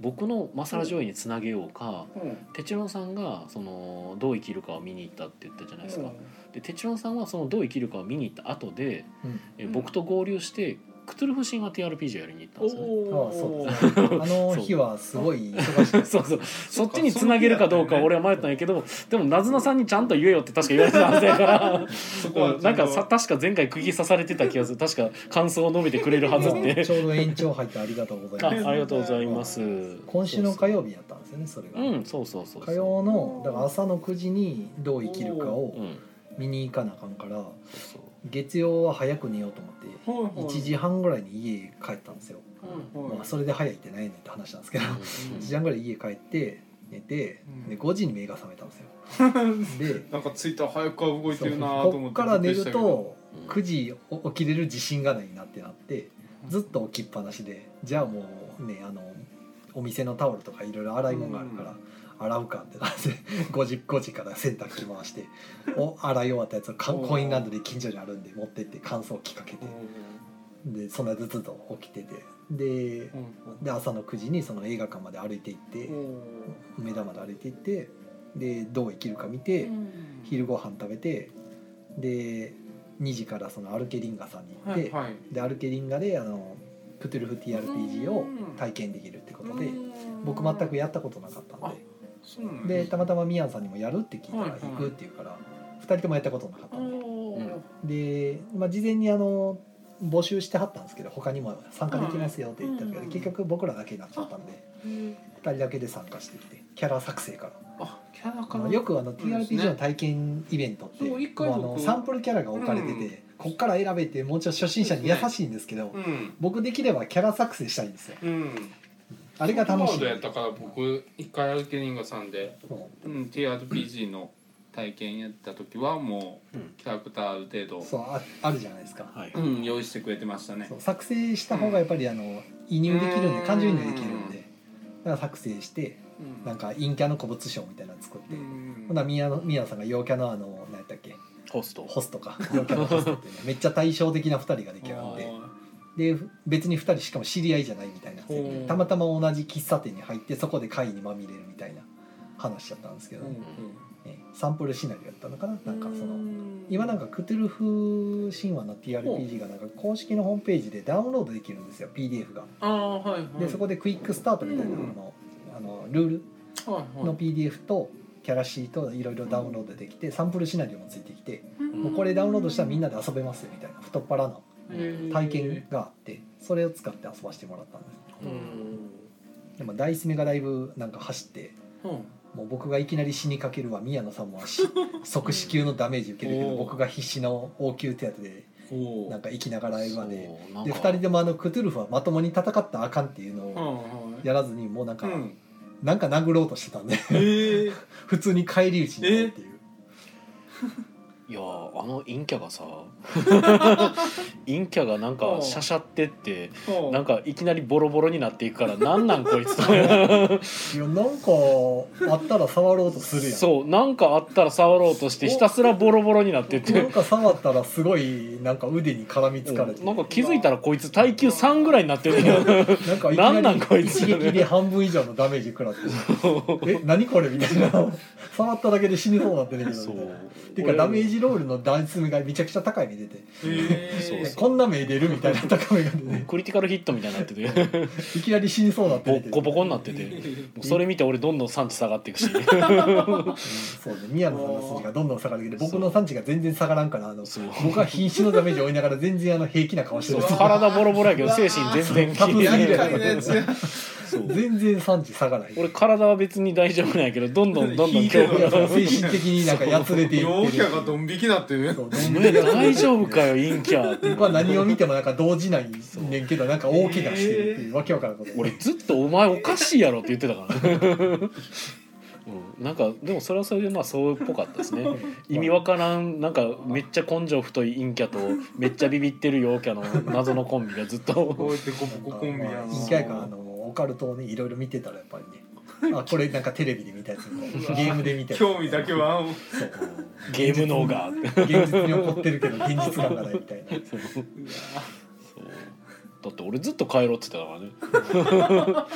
僕のマサラジョイにつなげようか、 うんテチロンさんがそのどう生きるかを見に行ったって言ったじゃないですか、 うんでテチロンさんはそのどう生きるかを見に行った後で、 うんえ僕と合流してクトゥルフ神話 ティーアールピージー やりに行ったんですよね。 おああそうーあの日はすごい忙しかったそうそうそっちにつなげるかどうか俺は迷ったんやけど、でもなずなさんにちゃんと言えよって確か言われてたはずやからそこはなんかさ確か前回釘刺されてた気がする。確か感想を述べてくれるはずってちょうど延長入ってありがとうございます。 あありがとうございます。 今週の火曜日やったんですよね、それが。 うんそうそうそうそう火曜のだから朝のくじにどう生きるかをうん見に行かなあかんから、 そうそう月曜は早く寝ようと思ってはいはいいちじはんぐらいに家帰ったんですよ。 はいはいまあそれで早いってないねんって話なんですけど、 うんいちじはんぐらい家帰って寝て、 うんでごじに目が覚めたんですよ。で、 なんかツイッター早くから動いてるなそうと思ってこっから寝るびっくりしたけどとくじ起きれる自信がないなってなってずっと起きっぱなしで、じゃあもうねあのお店のタオルとかいろいろ洗い物があるから洗うかってなってごじごじから洗濯機回してお洗い終わったやつをかコインランドリー近所にあるんで持ってって乾燥機かけて、でそんなずつと起きてて、でで朝のくじにその映画館まで歩いて行って梅田まで歩いて行ってでどう生きるか見て昼ご飯食べてでにじからそのアルケリンガさんに行って、 はいはいでアルケリンガであのクトゥルフ ティーアールピージー を体験できるってことで、僕全くやったことなかったんで、 そうなんでたまたまミヤンさんにもやるって聞いたらはいはい行くって言うからふたりともやったことなかったんで、 おーで、まあ、事前にあの募集してはったんですけど他にも参加できますよって言ったけど、 うん結局僕らだけになっちゃったんでふたりだけで参加してきてキャラ作成から。 あキャラかあなのよくあの ティーアールピージー の体験イベントってそう一回もうあの僕サンプルキャラが置かれてて、 うんこっから選べてもうちょっと初心者に優しいんですけど、 うん僕できればキャラ作成したいんですよ。 うんあれが楽しいソフトワードやったから僕一回アルケリンガさんで、 そうん、ティーアールピージー の体験やった時はもううんキャラクターある程度うそうああるじゃないですか、 はいうん、用意してくれてましたねそう作成した方がやっぱりあの移入できるんうんで感情移入できるんでだから作成してうんなんか陰キャの古物商みたいなの作って、 うんほな宮野宮野さんが陽キャのあの何やったっけホストホストか陽キャのホストっていうねめっちゃ対照的なふたりが出来上がってで別にふたりしかも知り合いじゃないみたいな設定うんたまたま同じ喫茶店に入ってそこで会にまみれるみたいな話だったんですけど、ねサンプルシナリオやったのかななんかその今なんかクトゥルフ神話の ティーアールピージー がなんか公式のホームページでダウンロードできるんですよ ピーディーエフ が。 ああはいはいでそこでクイックスタートみたいなののあのルールはいの ピーディーエフ とキャラシートいろいろダウンロードできてサンプルシナリオもついてきてもうこれダウンロードしたらみんなで遊べますよみたいな太っ腹の体験があってそれを使って遊ばせてもらったんです。 うんでもダイス目がだいぶなんか走ってうんもう僕がいきなり死にかけるわ宮野さんもし即死級のダメージ受けるけどおー僕が必死の応急手当でおなんか生きながら映画でそうなんかでふたりでもあのクトゥルフはまともに戦ったらあかんっていうのをはいやらずにもうなんかうんなんか殴ろうとしてたんでええ普通に返り討ちになるっていう。 いやーあの陰キャがさ陰キャがなんかシャシャってってなんかいきなりボロボロになっていくからなんなんこいつといやなんかあったら触ろうとするやん。 そうなんかあったら触ろうとしてひたすらボロボロになってってなんか触ったらすごいなんか腕に絡みつかれてなんか気づいたらこいつ耐久さんぐらいになってるよなんかいきなんななんりこいつ一撃で半分以上のダメージ食らってえ何これみたいな触っただけで死にそうになってるけどみたいなていうかダメージロールの段数がめちゃくちゃ高い目出てえそうそうこんな目出るみたいな高めが出てクリティカルヒットみたいになってていきなり死にそうになってボるッコボコになっててもうそれ見て俺どんどん産地下がっていくしうんそうね宮野さんの数値がどんどん下がるけど僕の産地が全然下がらんからあのそう僕は瀕死のダメージを負いながら全然あの平気な顔してるんですよ体ボロボロやけど精神全然タフすぎる厄介なやつやそう全然産地下がない俺体は別に大丈夫なんやけどどんどんどんどん引いてる恐怖が精神的になんかやつれてい陽キってるャがドン引きなってるそうお前大丈夫かよ陰キャって僕は何を見てもなんか動じないねんけどなんか大怪我してるっていうわけわからんこと俺ずっとお前おかしいやろって言ってたからねうん、なんかでもそれはそれでまあそうっぽかったですね意味わからんなんかめっちゃ根性太い陰キャとめっちゃビビってる陽キャの謎のコンビがずっとこうやってココココンビやな一回かあのオカルトをねいろいろ見てたらやっぱりねあこれなんかテレビで見たやつみたいなゲームで見たやつ興味だけはそうゲーム脳がって現実に起こってるけど現実感がないみたいなそうそうだって俺ずっと帰ろうって言ってたからね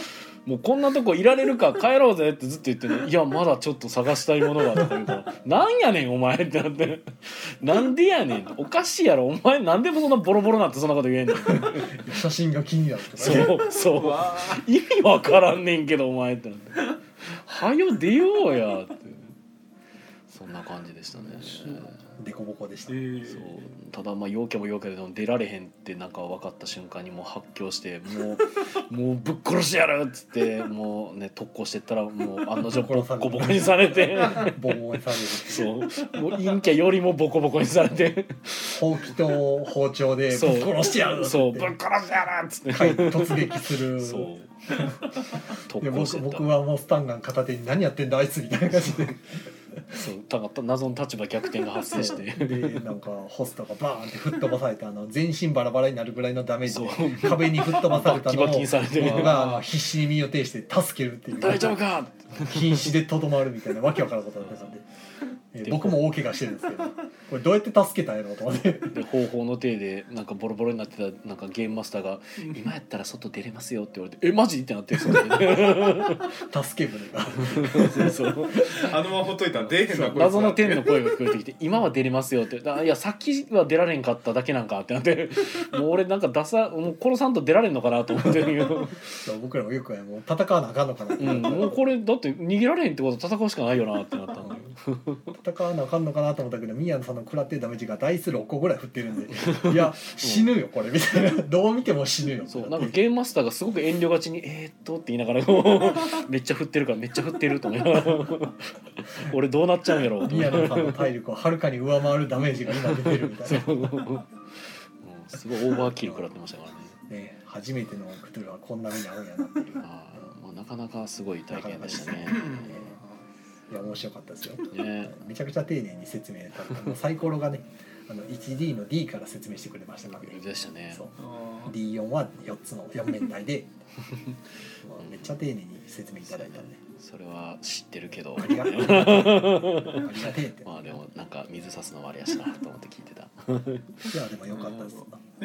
もうこんなとこいられるか帰ろうぜってずっと言ってね、いやまだちょっと探したいものがとか言うからなんやねんお前ってなってなんでやねんおかしいやろお前なんでもそんなボロボロなってそんなこと言えんねん写真が気になるとかそうそう意味わからんねんけどお前ってなってはよ出ようやってそんな感じでしたね。 デコボコでした、えー、そうただまあ陽キャも陽キャでも出られへんってなんか分かった瞬間にもう発狂してもうもうぶっ殺してやるっつってもうね特攻してったらもう案の定ボコボコにされてボコボコにされるそうもう陰キャよりもボコボコにされてほうきと包丁でぶっ殺してやるってそうぶっ殺してやるっつって突撃するそう特攻してった僕はもうスタンガン片手に何やってんだあいつみたいな感じでそうただ謎の立場逆転が発生してでなんかホストがバーンって吹っ飛ばされてあの全身バラバラになるぐらいのダメージで壁に吹っ飛ばされたのを僕が必死に身を挺して助けるっていう大丈夫か瀕死でとどまるみたいなわけわからんことだったんで僕も大怪我してるんですけどこれどうやって助けたんやろうと思ってで方法の手でなんかボロボロになってたなんかゲームマスターが「今やったら外出れますよ」って言われて「えマジ?」ってなってる助け舟がそうそうあのままほっといたら出へんな謎の天の声が聞こえてきて「今は出れますよ」って「いやさっきは出られんかっただけなんか」ってなってもう俺なんかダサもう殺さんと出られんのかなと思ってるけど僕らもよくもう戦わなあかんのかなって、 うん、もうこれだって逃げられへんってことは戦うしかないよなってなったんで戦わなあかんのかなと思ったけど宮野さんの食らってるダメージがダイスろっこぐらい振ってるんでいや死ぬよこれみたいなどう見ても死ぬよそうなんかゲームマスターがすごく遠慮がちに「えー、っと」って言いながらこうめっちゃ振ってるからめっちゃ振ってると思いながら俺どうなっちゃうんやろう宮野さんの体力をはるかに上回るダメージが今出てるみたいなうんすごいオーバーキル食らってましたからねね初めてのクトゥルはこんな目に遭うんやなっていうあ、まあ、なかなかすごい体験でしたねいや面白かったですよ、 ね、 めちゃくちゃ丁寧に説明だサイコロがねあの ワンディー の D から説明してくれましたからねでしたねそう ディーフォー はよっつのよん面体でめっちゃ丁寧に説明いただいたんでそれは知ってるけどありがとうありがてえってまあでもなんか水差すのもあれやしなと思って聞いてたいやでもよかったです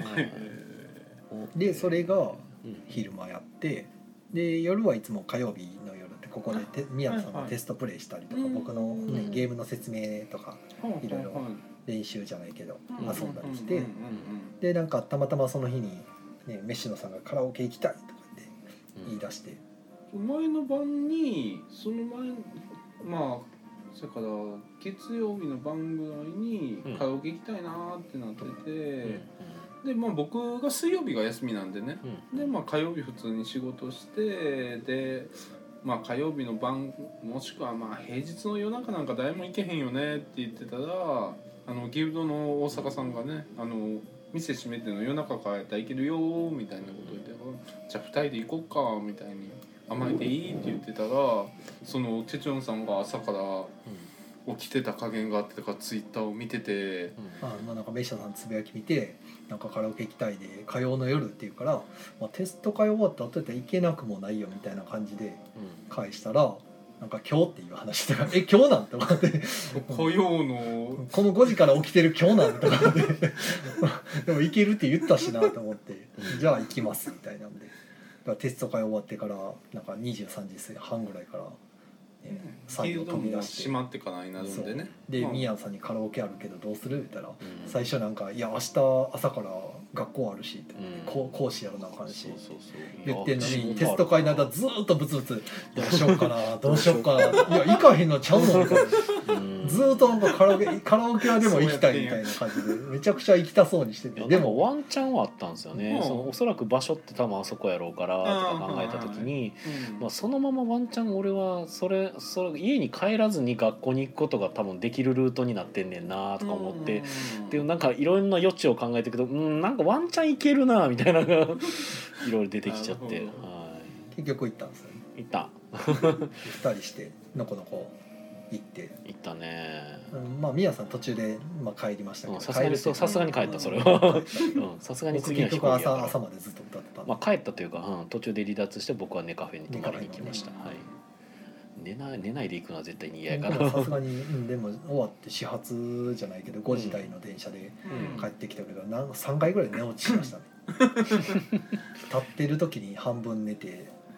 でそれが昼間やってで夜はいつも火曜日の夜ってここで宮野さんのテストプレイしたりとか僕の、ね、ゲームの説明とかいろいろ練習じゃないけど遊んだりしてでなんかたまたまその日に、ね、飯野さんがカラオケ行きたいとかって言い出して、 前の晩にその前まあそれから月曜日の晩ぐらいにカラオケ行きたいなってなってて、でまあ僕が水曜日が休みなんでね、でまあ火曜日普通に仕事してでまあ火曜日の晩もしくはまあ平日の夜中なんか誰も行けへんよねって言ってたらあのギルドの大阪さんがねあの店閉めての夜中からやったら行けるよみたいなこと言ってじゃあふたりで行こうかみたいに甘えていいって言ってたらそのテチョンさんが朝から起きてた加減があってからツイッターを見てて、 うんあまあ、なんかメシャさんつぶやき見てなんかカラオケ行きたいで火曜の夜っていうから、まあ、テスト会終わった後だったら行けなくもないよみたいな感じで返したら、なんか今日っていう話でえ今日なんて思って火曜のこのごじから起きてる今日なんて思ってでも行けるって言ったしなと思ってじゃあ行きますみたいなんでだからテスト会終わってからなんかにじゅうさんじはんぐらいからギルドも閉まってからになるんでねで宮野さんにカラオケあるけどどうするって言ったら、うん、最初なんかいや明日朝から学校あるしって、うん、講師やらなあかんし言ってんのにテスト会の間ずっとブツブツどうしよっかなどうしよっかないや行かへんのちゃうのみたいな、うん、ずっとなんかカラオケカラオケはでも行きたいみたいな感じでめちゃくちゃ行きたそうにしててでもワンチャンはあったんですよね、うん、そのおそらく場所って多分あそこやろうからとか考えた時に、うんまあ、そのままワンチャン俺はそれそれ家に帰らずに学校に行くことが多分できるルートになってんねんなとか思って、うん、でなんかいろんな余地を考えていくとうんなんかワンチャンいけるなみたいなのがいろいろ出てきちゃって、はい、 結局行ったんですよね行ったふたりしてのこのこ行って行ったね、 うん、まあ宮さん途中で、まあ、帰りましたけどさすがにさすがに帰ったそれはさすがに次の飛行機朝朝までずっと歌ってたんで、 まあ、帰ったというか、うん、途中で離脱して僕はネカフェに泊まりに行きました、ねはい、寝ない寝ないで行くのは絶対に嫌やからさすがに、うん、でも終わって始発じゃないけどごじ台の電車で帰ってきたけど、うん、さんかいぐらい寝落ちしましたね立ってる時に半分寝て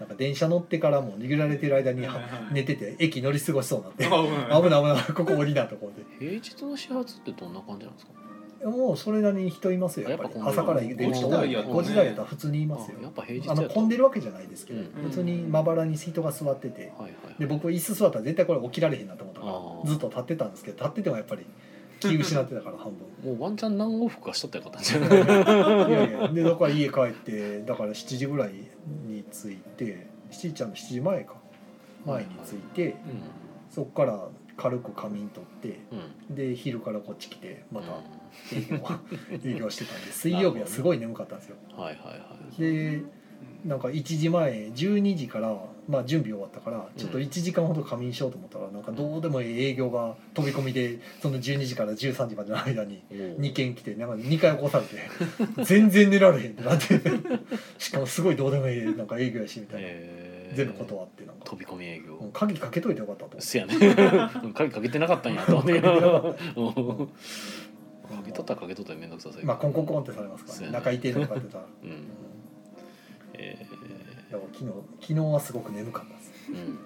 なんか電車乗ってからも逃げられてる間にはいはい寝てて駅乗り過ごしそうになって危危ない危ないここ降りなとこで平日の始発ってどんな感じなんですか？ もうそれなりに人いますよやっぱりやっぱ朝から電車ごじ台やとねごじ台やったら普通にいますよあやっぱ平日あのやと混んでるわけじゃないですけど、 うん普通にまばらに人が座っててはいはいで僕椅子座ったら絶対これ起きられへんなと思ったかあーらずっと立ってたんですけど立っててもやっぱり気失ってたから半分もうワンチャン何往復かしとったらよかったんじゃないいやいやでだから家帰ってだからしちじぐらいに着いてしちじちゃんのしちじまえか前に着いて、 うそっから軽く仮眠取ってんうんで昼からこっち来てまたう営業営業してたんで水曜日はすごい眠かったんですよんはいはいはいでなんかいちじまえじゅうにじからまあ準備終わったからちょっといちじかんほど仮眠しようと思ったらなんかどうでもいい営業が飛び込みでそのじゅうにじからじゅうさんじまでの間ににけん来てなんかにかい起こされて全然寝られへんってなってしかもすごいどうでもいいなんか営業やしみたいなえー全部断ってなんか飛び込み営業うん鍵かけといてよかったと思ってせやね鍵かけてなかったんやと思って鍵かけてなかったうんかけとったらかけとったらめんどくさそうやけどまあコンコンコンってされますからねそうやね中いてるのかってたら、 うんうんえだから昨日昨日はすごく眠かったですーうん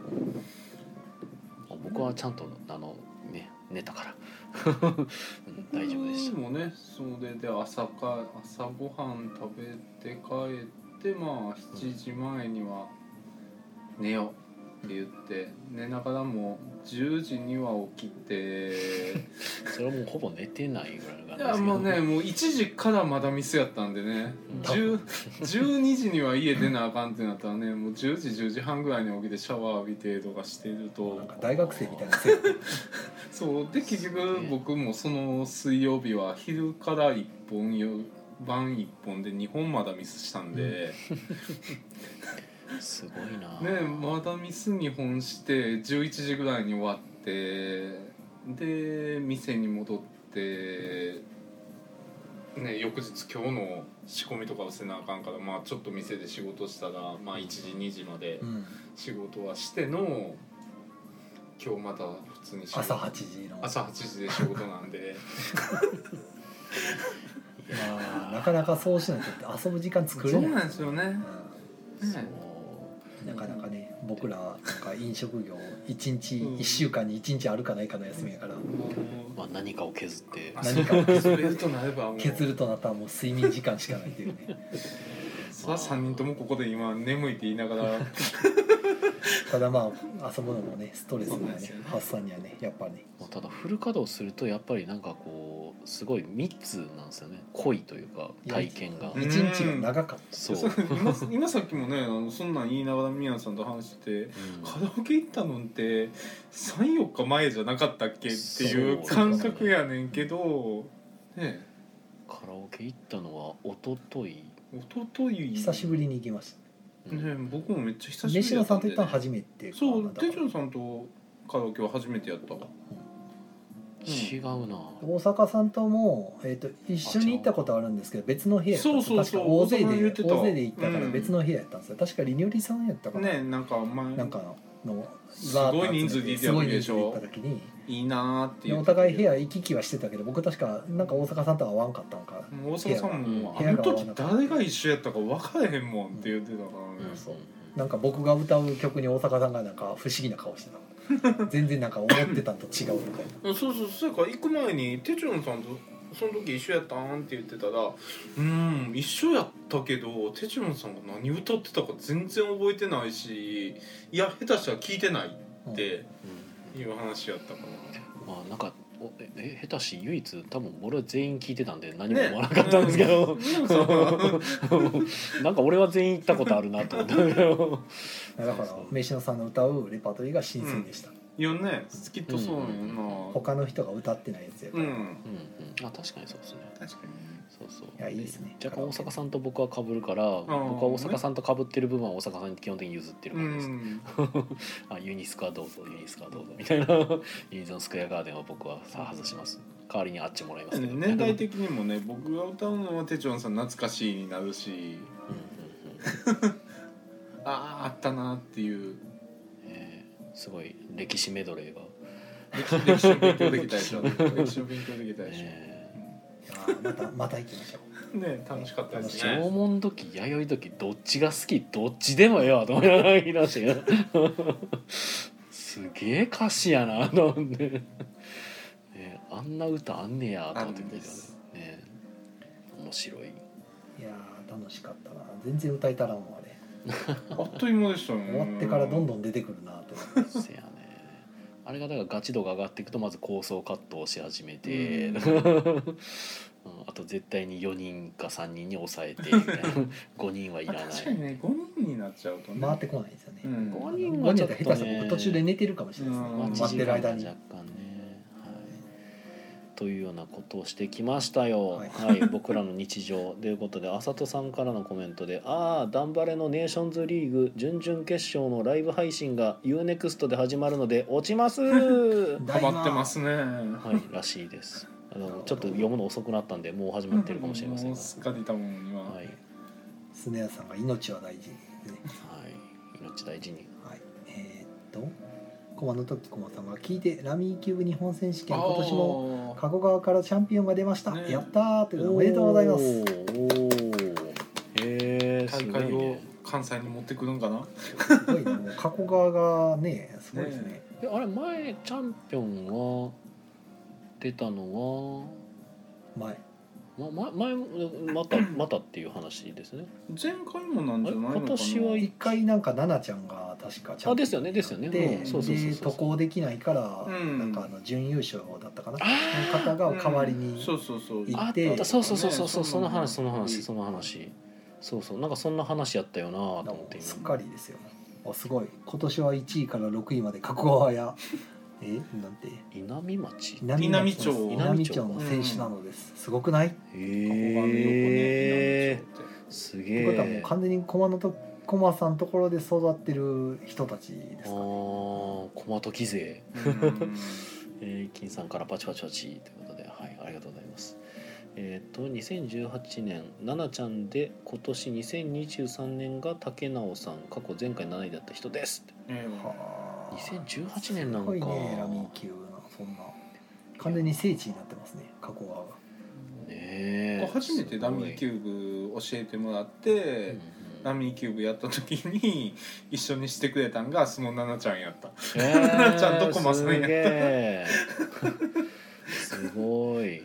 僕はちゃんとあのね寝たからうん大丈夫でしたもねそれで朝か朝ごはん食べて帰ってまあしちじまえには寝ようって言って寝ながらもじゅうじには起きてそれはもうほぼ寝てないぐらいのい感じですけどやもうねもういちじからまだミスやったんでねうんじゅう じゅうにじには家出なあかんってなったらねもうじゅうじじゅうじはんぐらいに起きてシャワー浴びてとかしてるとなんか大学生みたいなせいそうで結局僕もその水曜日は昼からいっぽんよ晩いっぽんでにほんまだミスしたんで、 すごいなねまだミスにほんしてじゅういちじぐらいに終わってで店に戻ってね翌日今日の仕込みとかをせなあかんからまあちょっと店で仕事したらまあいちじにじまでうん仕事はしての今日また普通に仕事朝はちじの朝はちじで仕事なんでまあなかなかそうしないと遊ぶ時間作れないそうなんですよねそうねなかなかね僕らなんか飲食業いちにちうんいっしゅうかんにいちにちあるかないかの休みやからまあ何かを削って何かを削れるとなればもう削るとなったらもう睡眠時間しかないっていうねそれはさんにんともここで今眠いって言いながらただまあ遊ぶのもねストレスがねそうなんですよね発散にはねやっぱねまあただフル稼働するとやっぱりなんかこうすごい密なんですよね濃いというか体験がうん一日が長かっそう、 そう今今さっきもねあのそんなん言いながら宮野さんと話しててうんカラオケ行ったのってさんよっかまえじゃなかったっけっていうそう感覚やねんけどねカラオケ行ったのは一昨日おととい久しぶりに行きましたうんね僕もめっちゃ久しぶり飯野さんと行ったのめ初めてかなそうだから手順さんとカラオケは初めてやったわ違うな、 大阪さんとも、えー、と一緒に行ったことあるんですけど別の部屋やったんですそうそうそう確か大勢大阪言でってた大勢で行ったからうん別の部屋やったんですよ、確かリニョリさんやったかな、 ねなんか前なんかのすごい人数で行ってたすごい人時でしょ数で行った時にいいなーってで言お互い部屋行き来はしてたけど僕確かなんか大阪さんとは合わんかったんか大阪さんも部屋があの時誰が一緒やったか分からへんもんって言ってたからね、 うんそうなんか僕が歌う曲に大阪さんがなんか不思議な顔してた全然なんか思ってたんと違うみたいなそうそうそれから行く前にテチョンさんとその時一緒やったんって言ってたらうーん一緒やったけどテチョンさんが何歌ってたか全然覚えてないしいや下手したら聞いてないっていう話やったかな、 まあなんかおええ下手し唯一多分俺は全員聞いてたんで何も思わなかったんですけど、 ねなんか俺は全員行ったことあるなと思ったんだけどだから飯野さんの歌うレパートリーが新鮮でした、 いやねきっとそうなんよな、 他の人が歌ってないやつやから、 うんうんうんあ確かにそうですね確かにねそうそういやいいですね若干大阪さんと僕は被るから僕は大阪さんと被ってる部分は大阪さんに基本的に譲ってるう感じです、 んあユニスカどうぞユニスカどうぞみたいなユニゾンスクエアガーデンは僕はさ外します代わりにあっちもらいますけど、 年代的にもね僕が歌うのはテチョンさん懐かしいになるしうんうんうんあああったなっていうえーすごい歴史メドレーが、 歴史歴史を勉強できたでしょ歴史を勉強できたでしょ、 えあーまたまた行きましょうね楽しかったですね。 縄文土器弥生土器どっちが好きどっちでもええわと思いながら言いましたけどすげえ歌詞やなと思って、ね、あんな歌あんねやと思って聞いたね。面白い。 いやー楽しかったな。全然歌いたらんわあれ。 あっという間でしたね。 終わってからどんどん出てくるなと思って。 せやね。あれがだからガチ度が上がっていくとまず構想カットをし始めて、 うんあと絶対によにんかさんにんに抑えてみたいなごにんはいらない。 確かにねごにんになっちゃうとね回ってこないですよね。 うんごにんごにんはちょっとだったら下手したらね僕途中で寝てるかもしれないですね。 うん待ってる間に。 若干ね、はい、というようなことをしてきましたよ。 はいはい、僕らの日常ということで、あさとさんからのコメントで、ああダンバレのネーションズリーグ準々決勝のライブ配信が ユーネクスト で始まるので落ちます。はハマってますね。 い、らしいです。あのちょっと読むの遅くなったんでもう始まってるかもしれませんが、 もうすっかり多分今、 はい、はい、 スネアさんが命は大事にね。 命大事に。 はい。えーっと駒の時駒さんが聞いてラミーキューブ日本選手権今年も加古川からチャンピオンが出ました。 ねやったーというのおめでとうございます。 おーへー、す大会をごいね。 関西に持ってくるんかな。 すごいね。もう加古川がねすごいですね。 ねえあれ前チャンピオンは出たのは前。 ま、ま、前またまたっていう話ですね。 前回もなんじゃないのかな。 あれ今年は一回なんか奈々ちゃんが確かチャンピオンあですよねですよね。 で、 うんそうそうそうでそう渡航できないから、 うんなんかあの準優勝だったかな。 あの方が代わりに、 うんそうそうそう行っあってたそうそうそうそうそうねその話その話そその話そうそうなんかそんな話やったよなと思ってすっ今。 かりですよ。あすごい。今年はいちいからろくいまで加古川やえなんて稲見町。 稲美町稲美町の選手なのです。すごくない？ へえすとげいうことはもうえ。 完全に駒のと駒さんのところで育ってる人たちですかああね。 駒時勢。 うんえー、金さんからパチパチパチということで、はい、ありがとうございます。えっ、とにせんじゅうはちねん奈々ちゃんで今年にせんにじゅうさんねんが竹直さん過去前回なないだった人ですって。 ええはあにせんじゅうはちねんなんかすごいねラミー級なそんな完全に聖地になってますね加古川が。 ねえ初めてダミーキューブ教えてもらって、ダミーキューブやった時に一緒にしてくれたんがそのナナちゃんやった。 えー、 ちゃんと駒さんやったすげえすごい。へ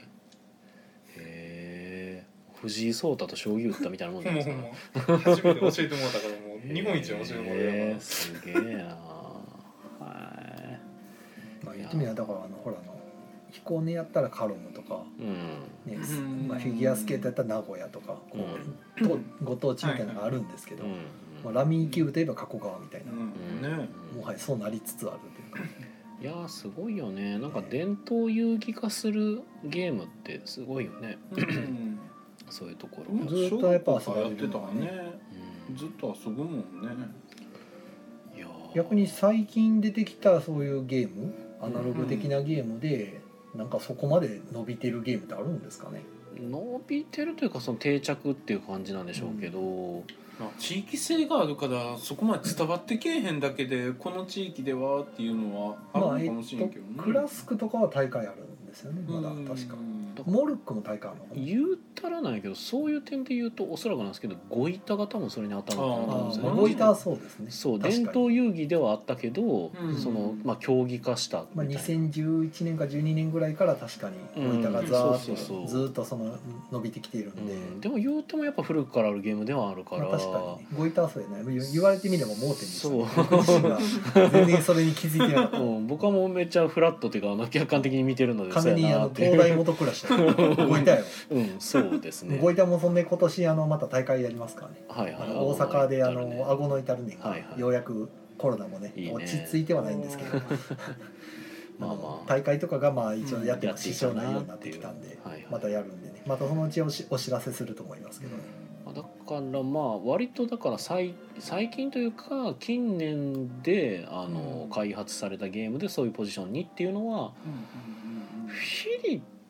え藤井聡太と将棋打ったみたいなもんじゃないですか。 もう初めて教えてもらったからもう日本一教えてもらったえー、すげえな。はいまあ言ってみればだからあのほらあの彦根やったらカロムとか、 うんねうんまあ、フィギュアスケートやったら名古屋とかこう、とご当地みたいなのがあるんですけど、 うんまあ、ラミーキューブといえば加古川みたいな、 うんねもはやそうなりつつあるというか。 いやーすごいよね。なんか伝統遊戯化するゲームってすごいよね。 うんそういうところが、 ずっとやっぱ遊ばやってれるのがたわね。 うんずっと遊ぶもんね。 いやー逆に最近出てきたそういうゲームアナログ的なゲームで、なんかそこまで伸びてるゲームってあるんですかね。 伸びてるというかその定着っていう感じなんでしょうけど、 まあ地域性があるからそこまで伝わってけえへんだけでこの地域ではっていうのはあるまあえのかもしれんけどね。 っとクラスクとかは大会あるんですよねまだうん確か。モルックも大会あるのかな。 言うたらないけどそういう点で言うとおそらくなんですけどゴイタが多分それに当たるのかなと思うんですよね。 ああまあゴイタはそうですね。 そう確かに伝統遊戯ではあったけど、 うんそのまあ競技化したまあ、 みたいな。 にせんじゅういちねんかじゅうにねんぐらいから確かにうんゴイタがザーそうそうそうッとずーっとその伸びてきているんで、 うん、でも言うてもやっぱ古くからあるゲームではあるから、 まあ、確かにねゴイタはそうやね言言われてみれば盲点でしたね。 そう僕自身が全然それに気づいてなかった。 うん、僕はもうめっちゃフラットっていうかあの客観的に見てるので完全にあのそうやなっていう東大元暮らしだよゴイタよ。 うんそうですねゴイタもそんで今年あのまた大会やりますからね。 はいはいあの大阪であのね顎の至る年がはいはいようやくコロナもねいいね落ち着いてはないんですけどまあまああの大会とかがまあ一応やってもやってい支いかな障ないようになってきたんではいはいまたやるんでねまたそのうちおしお知らせすると思いますけどね。 だからまあ割とだから最最近というか近年であの、 うん開発されたゲームでそういうポジションにっていうのはうんうんうんうんフィリッ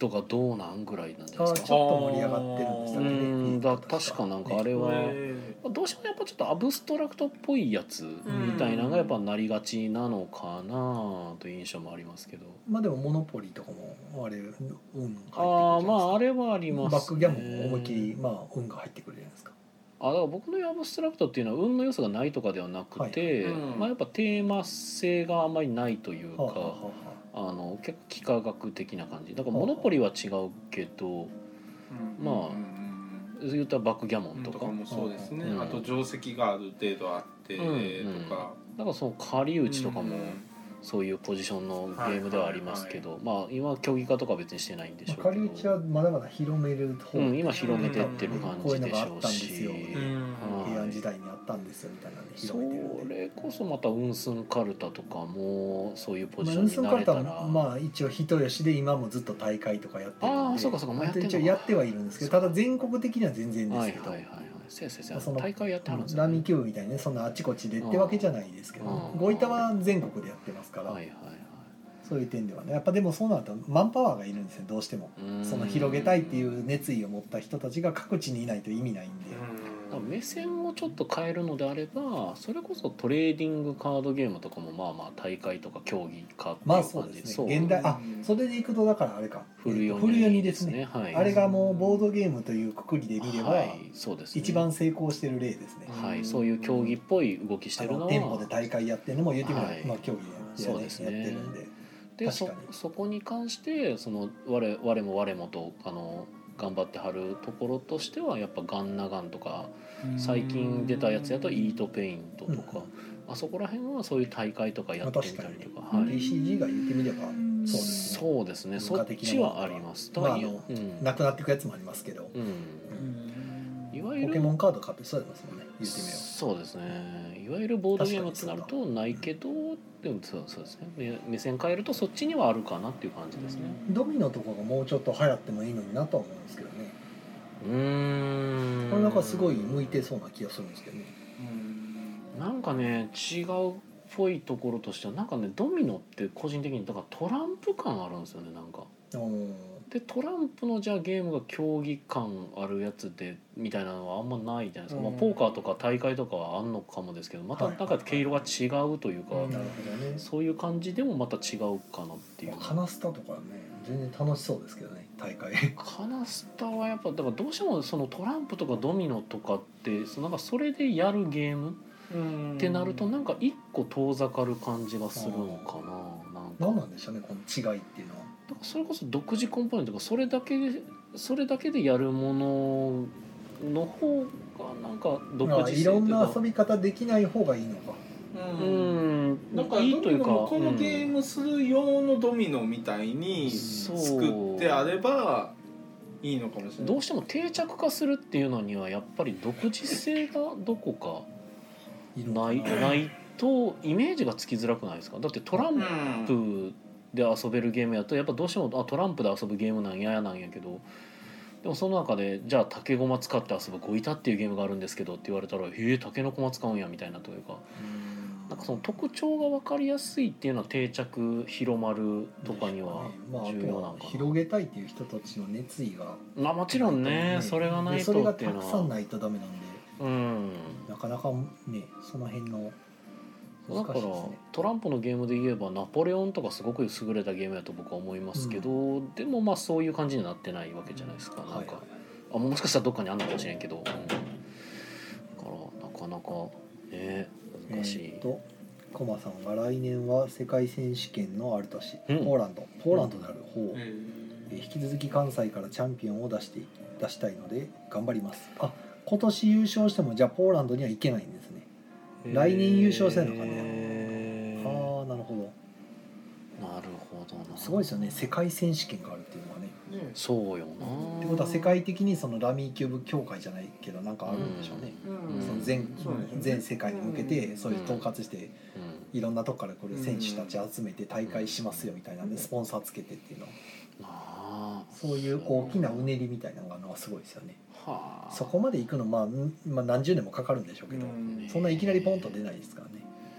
トがどうなんぐらいなんじゃあないですか。 ちょっと盛り上がってるんでしたっけね。 うんだ確かなんかあれはへどうしてもやっぱちょっとアブストラクトっぽいやつみたいなのがやっぱなりがちなのかなという印象もありますけど。 まあでもモノポリーとかもあれ運入ってくるじゃないですか。 ああまああれはありますね。 バックギャモンも思いっきりまあ運が入ってくるじゃないですか。 あだから僕のアブストラクトっていうのは運の要素がないとかではなくて、 はいうんまあ、やっぱテーマ性があんまりないというか、 はあはあはあの結構幾何学的な感じだからモノポリは違うけど、まあ言ったらバックギャモンとか、 とかもそうですね、 うんあと定石がある程度あってとか、 うんうんだからその仮打ちとかもそういうポジションのゲームではありますけど、まあ今競技化とかは別にしてないんでしょうけど、 仮打ちはまだまだ広める方、 うん、今広めてってる感じでしょうし、 こういうのがあったんですよはい平安時代にあったんですよみたいなんでそ広めてるんで。 れこそまたウンスンカルタとかもそういうポジシまあ、ウンスンョンになカルタはれたら、 まあ一応人吉で今もずっと大会とかやってるんで、 ああそうかそうかもうやってんのか一応やってはいるんですけど、ただ全国的には全然ですけど、 はいはいはいはいせやせやせやその大会やってはるんですよねラミーキューブみたいにねそんなあちこちでってわけじゃないですけど、 うんゴイタは全国でやってますから、 はいはいはいそういう点ではねやっぱでもそうなるとマンパワーがいるんですよどうしても。 うんその広げたいっていう熱意を持った人たちが各地にいないと意味ないんで、 だから目線をちょっと変えるのであればそれこそトレーディングカードゲームとかもまあまあ大会とか競技かっていうまあ感じそうですそうね現代あそれでいくとだからあれか古読み古読みですね、 はい、 あれがもうボードゲームというくくりで見れば、 はいそうですね一番成功してる例ですね。 はいそういう競技っぽい動きしてあるのはの店舗で大会やってるのも言ってみれば、 はいまあ競技でや,、ねそうですねやってるんででそ確かにそこに関してその我我も我もとあの頑張ってはるところとしてはやっぱガンナガンとか最近出たやつやとイートペイントとか、あそこら辺はそういう大会とかやってみたりとか、 まあ、 はいティーシージー が言ってみればそうですね。 そうですねそっちはあります。 まああのうんなくなっていくやつもありますけど、 うん、いわゆるポケモンカード買ってそうですもんね言ってみれば。 そうですねいわゆるボードゲームってなるとないけどでもそうそうですね目目線変えるとそっちにはあるかなっていう感じですね。 ドミノとかがもうちょっと流行ってもいいのになとは思うんですけどね。 うーんこれなんかすごい向いてそうな気がするんですけどね。 なんかね違うっぽいところとしてはなんかねドミノって個人的にだからトランプ感あるんですよねなんか。でトランプのじゃあゲームが競技感あるやつでみたいなのはあんまないじゃないですか、まあ、ポーカーとか大会とかはあんのかもですけどまたなんか毛色が違うというか、 なるほどね。 そういう感じでもまた違うかなっていう。 カナスタとかね全然楽しそうですけどね大会。 カナスタはやっぱだからどうしてもそのトランプとかドミノとかってそのなんかそれでやるゲームってなるとなんか一個遠ざかる感じがするのかな。なんか何なんでしょうねこの違いっていうのは。 だからそれこそ独自コンポーネントがそれだけでそれだけでやるものの方がなんか独まあいろ自性というかんな遊び方できない方がいいのか。 ううんんだからいいというかこのゲームムする用のドミノみたいに作ってあればいいのかもしれない。 どうしても定着化するっていうのにはやっぱり独自性がどこかないないとイメージがつきづらくないですか。だってトランプで遊べるゲームやとやっぱどうしてもあトランプで遊ぶゲームなんやなんやけどでもその中でじゃあ竹駒使って遊ぶゴイタっていうゲームがあるんですけどって言われたらへえ竹の駒使うんやみたいなというかなんかその特徴が分かりやすいっていうのは定着広まるとかには重要なんかな。 広げたいっていう人たちの熱意がまあもちろんねそれがないとそれがっていうのはたくさんないとダメなんでうんなかなかねその辺のだからトランプのゲームで言えばナポレオンとかすごく優れたゲームだと僕は思いますけど、うん、でもまあそういう感じになってないわけじゃないですか。なんか、はいはい、あもしかしたらどっかにあんのかもしれんけど、うん、だからなかなかね難しい。えー、とコマさんが来年は世界選手権のある年、 うん、 ポーランドポーランドである方、うん、 えー、引き続き関西からチャンピオンを出して出したいので頑張ります。あ今年優勝してもじゃあポーランドには行けないんですね。来年優勝せんのかね。ああなるほど。なるほどな。 すごいですよね世界選手権があるっていうのはね。 ねそうよな。 ってことは世界的にそのラミーキューブ協会じゃないけどなんかあるんでしょうね。 うん、 その全、 うん、 全世界に向けてそういう統括して、うん、いろんなとこから来る選手たち集めて大会しますよみたいなんでスポンサーつけてっていうの。あそういう大きなうねりみたいなのがのはすごいですよね。はあ、そこまで行くの、まあ、まあ何十年もかかるんでしょうけど、うん、そんないきなりポンと出ないですからね。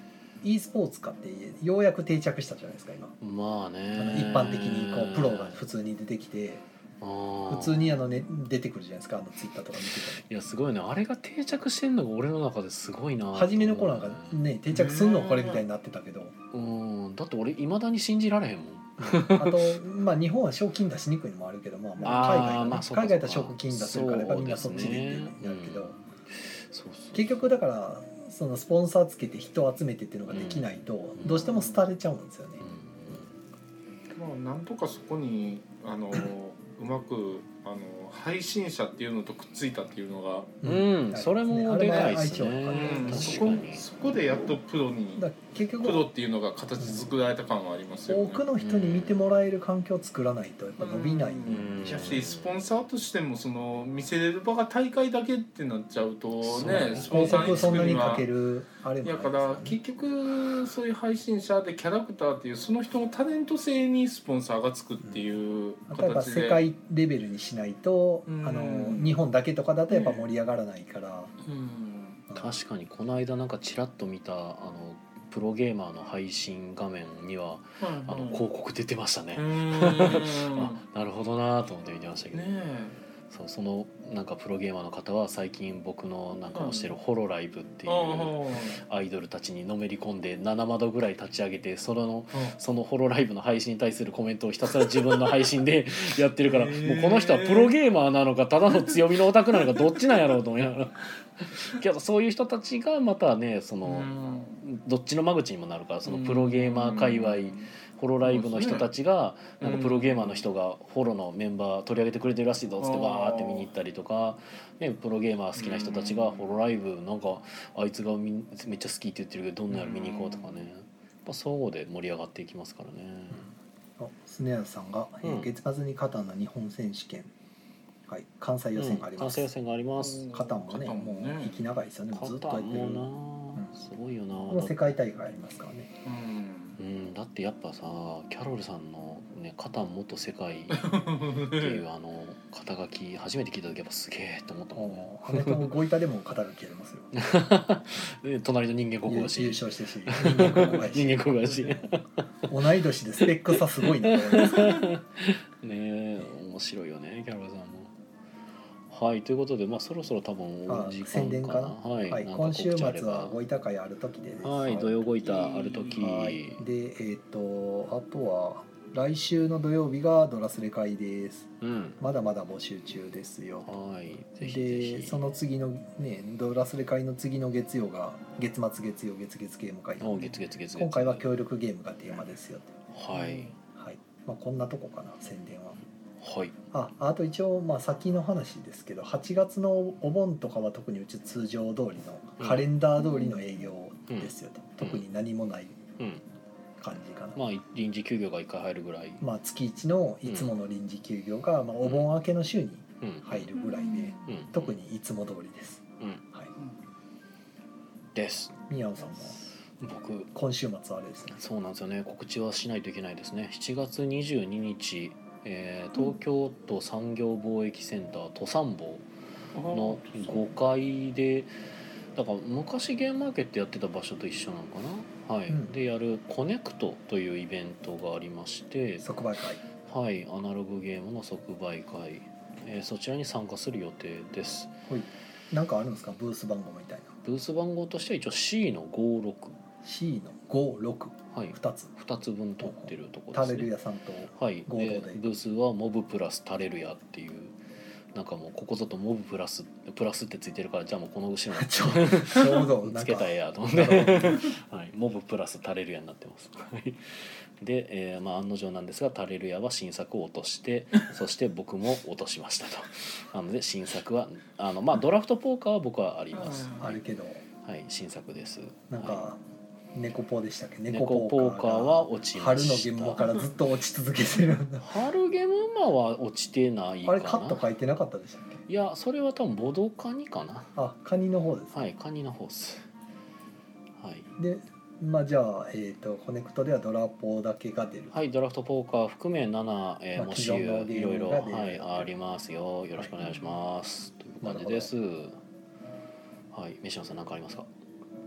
e スポーツかってようやく定着したじゃないですか今。 まあねあの一般的にこうプロが普通に出てきて普通にあの、ね、出てくるじゃないですかあのツイッターとか見てたら。 いやすごいねあれが定着してんのが俺の中ですごいな。 初めの頃なんかね定着すんのこれみたいになってたけど、 うんだって俺いまだに信じられへんもん。 あと、まあ、日本は賞金出しにくいのもあるけど、まあ、まあ海外は、ねまあそうか海外だったら賞金出せるからやっぱみんなそっちでやるけど、結局だからそのスポンサーつけて人を集めてっていうのができないと、どうしても廃れちゃうんですよね。 まあ、なんとかそこにあのうまくあの配信者っていうのとくっついたっていうのが、 うん、それもでかいですね。 うん、そこそこでやっとプロに結局プロっていうのが形作られた感はありますよね。 多くの人に見てもらえる環境を作らないとやっぱ伸びないんでしょうし、スポンサーとしてもその見せれる場が大会だけってなっちゃうとね、スポンサーにそんなにかけるあれもだから結局そういう配信者でキャラクターっていうその人のタレント性にスポンサーがつくっていう形で、 例えば世界レベルにしないと、あの日本だけとかだとやっぱ盛り上がらないから、 うん、確かにこの間なんかちらっと見たあのプロゲーマーの配信画面には、うんうん、あの広告出てましたね。あ、なるほどなと思って見てましたけど、ね、そうそのなんかプロゲーマーの方は最近僕のなんかをしてるホロライブっていうアイドルたちにのめり込んでなな窓ぐらい立ち上げてそのそのホロライブの配信に対するコメントをひたすら自分の配信でやってるからもうこの人はプロゲーマーなのかただの強みのオタクなのかどっちなんやろうと思いながらけどそういう人たちがまたねそのどっちの間口にもなるからそのプロゲーマー界隈ホロライブの人たちがなんかプロゲーマーの人がホロのメンバー取り上げてくれてるらしいぞっつってバーって見に行ったりとか、ね、プロゲーマー好きな人たちがホロライブなんかあいつがめっちゃ好きって言ってるけどどんなやろ見に行こうとかねやっぱ相互で盛り上がっていきますからね。 あスネアさんが、うん、月末にカタンの日本選手権、はい、関西予選があります、 うん、関西予選があります。 カタンもねもう息長いですよねずっとやってるもな、うん、すごいよなもう世界大会ありますからね、 うんうん、だってやっぱさキャロルさんの、ね「カタン元世界」っていうあの肩書き初めて聞いた時やっぱすげえと思ったもんね。 あれともご板でも肩書きありますよで隣の人間国宝優勝してし人間国宝人間国宝し同い年でスペック差すごいなと思いますねえ面白いよねキャロルさんも。はいということでまあそろそろ多分お時間かな。宣伝かな。はい、はい、 今週末はご板会ある時でです。 はい、土曜ご板ある時。はい、 でえっ、ー、とあとは来週の土曜日がドラスレ会です。うん、まだまだ募集中ですよ。はい。ぜひぜひでその次のねドラスレ会の次の月曜が月末月曜月月ゲーム会。 お月月月月。 今回は協力ゲームがテーマですよ。 はい。 はい。まあこんなとこかな宣伝は。 はい、 あ, あと一応まあ先の話ですけどはちがつのお盆とかは特にうち通常通りのカレンダー通りの営業ですよと、うん、特に何もない感じかな、 うん、まあ臨時休業がいっかい入るぐらい、 まあ、月いちのいつもの臨時休業が、まあ、お盆明けの週に入るぐらいで、うん、特にいつも通りです、うんはい、 です宮尾さんも僕今週末あれですねそうなんですよね告知はしないといけないですねしちがつにじゅうににちえー、東京都産業貿易センター都産貿のごかいでだから昔ゲームマーケットやってた場所と一緒なのかな、はいうん、でやるコネクトというイベントがありまして即売会はいアナログゲームの即売会、えー、そちらに参加する予定です。 はいなんかあるんですかブース番号みたいなブース番号としては一応 シー のごじゅうろくシー のごじゅうろくはい、ふたつふたつぶん取ってるところですね。 タレルヤさんと合同で、はい、でブースはモブプラスタレルヤっていうなんかもうここぞとモブプラスプラスってついてるからじゃあもうこの後ろにちょうどつけたらええやと思って、はい、モブプラスタレルヤになってますで、えーまあ、案の定なんですがタレルヤは新作を落としてそして僕も落としましたとなので新作はあの、まあ、ドラフトポーカーは僕はあります、 あるけど、 はい、新作ですなんか、はい猫ポーでしたっけ猫ポーカーは落ちました春の現場からずっと落ち続けてるんだ春ゲームマは落ちてないかなあれカット書いてなかったでしたっけいやそれは多分ボドカニかなあカニの方です、 ね、はいカニの方ですはいでまあじゃあ、えー、とコネクトではドラポーだけが出るはいドラフトポーカー含めなな、えーまあ、もしいろいろ、はい、ありますよよろしくお願いします、はい、という感じですはい飯野さん何かありますかえー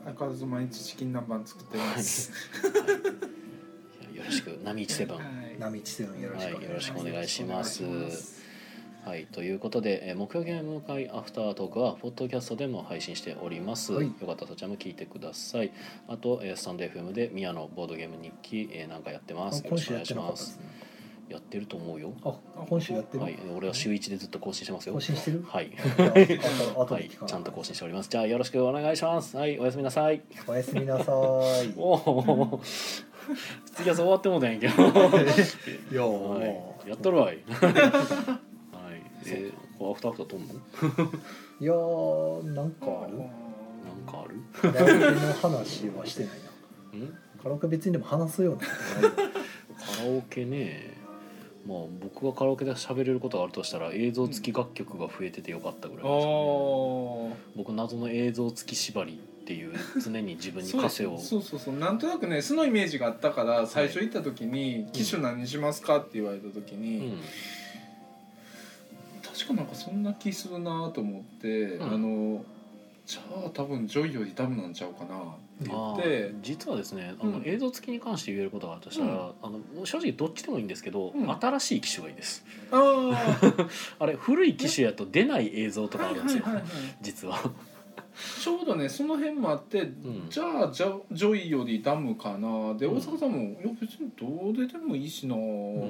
相変わらず毎日チキン南蛮作ってます、 はい、よろしく波一セブン、はい、 波一セブンよろしく、 はい、よろしくお願いします。はい、ということで、えー、木曜ゲーム会アフタートークはポッドキャストでも配信しております、はい、よかったらそちらも聞いてください。あと、えー、スタンド エフエム で宮のボードゲーム日記、えー、なんかやってます。よろしくお願いします。やってると思うよ。 あ、今週やってる。 はい、俺は週一でずっと更新してますよ。 更新してる。 はい。はい、ちゃんと更新しております。じゃあよろしくお願いします。はい、おやすみなさい。 おやすみなさい。 おお。次は終わってもうたんやけど。 いや、 はい、やっとるわい。はい。えー、アフターアフターとんの？ いやー、なんかある？ なんかある？ カラオケの話はしてないな。 ん？ カラオケ別にでも話すようなことないよ。 カラオケね。まあ、僕がカラオケで喋れることがあるとしたら映像付き楽曲が増えててよかったぐらいですかね。僕謎の映像付き縛りっていう常に自分に枷をそうそうそうなんとなくねそのイメージがあったから最初行った時に「機種何にしますか?」って言われた時に、うん、確かなんかそんな気するなと思って、うん、あのじゃあ多分ジョイよりダムなんちゃうかなって言って実はですねあの、うん、映像付きに関して言えることがあるとしたら、うん、あの正直どっちでもいいんですけど、うん、新しい機種がいいです。ああれ古い機種やと出ない映像とかあるんですよ、はいはいはいはい、実はちょうどねその辺もあって、うん、じゃあジョジョイよりダムかなで、うん、大阪さんもいや別にどうででもいいしなって、うん、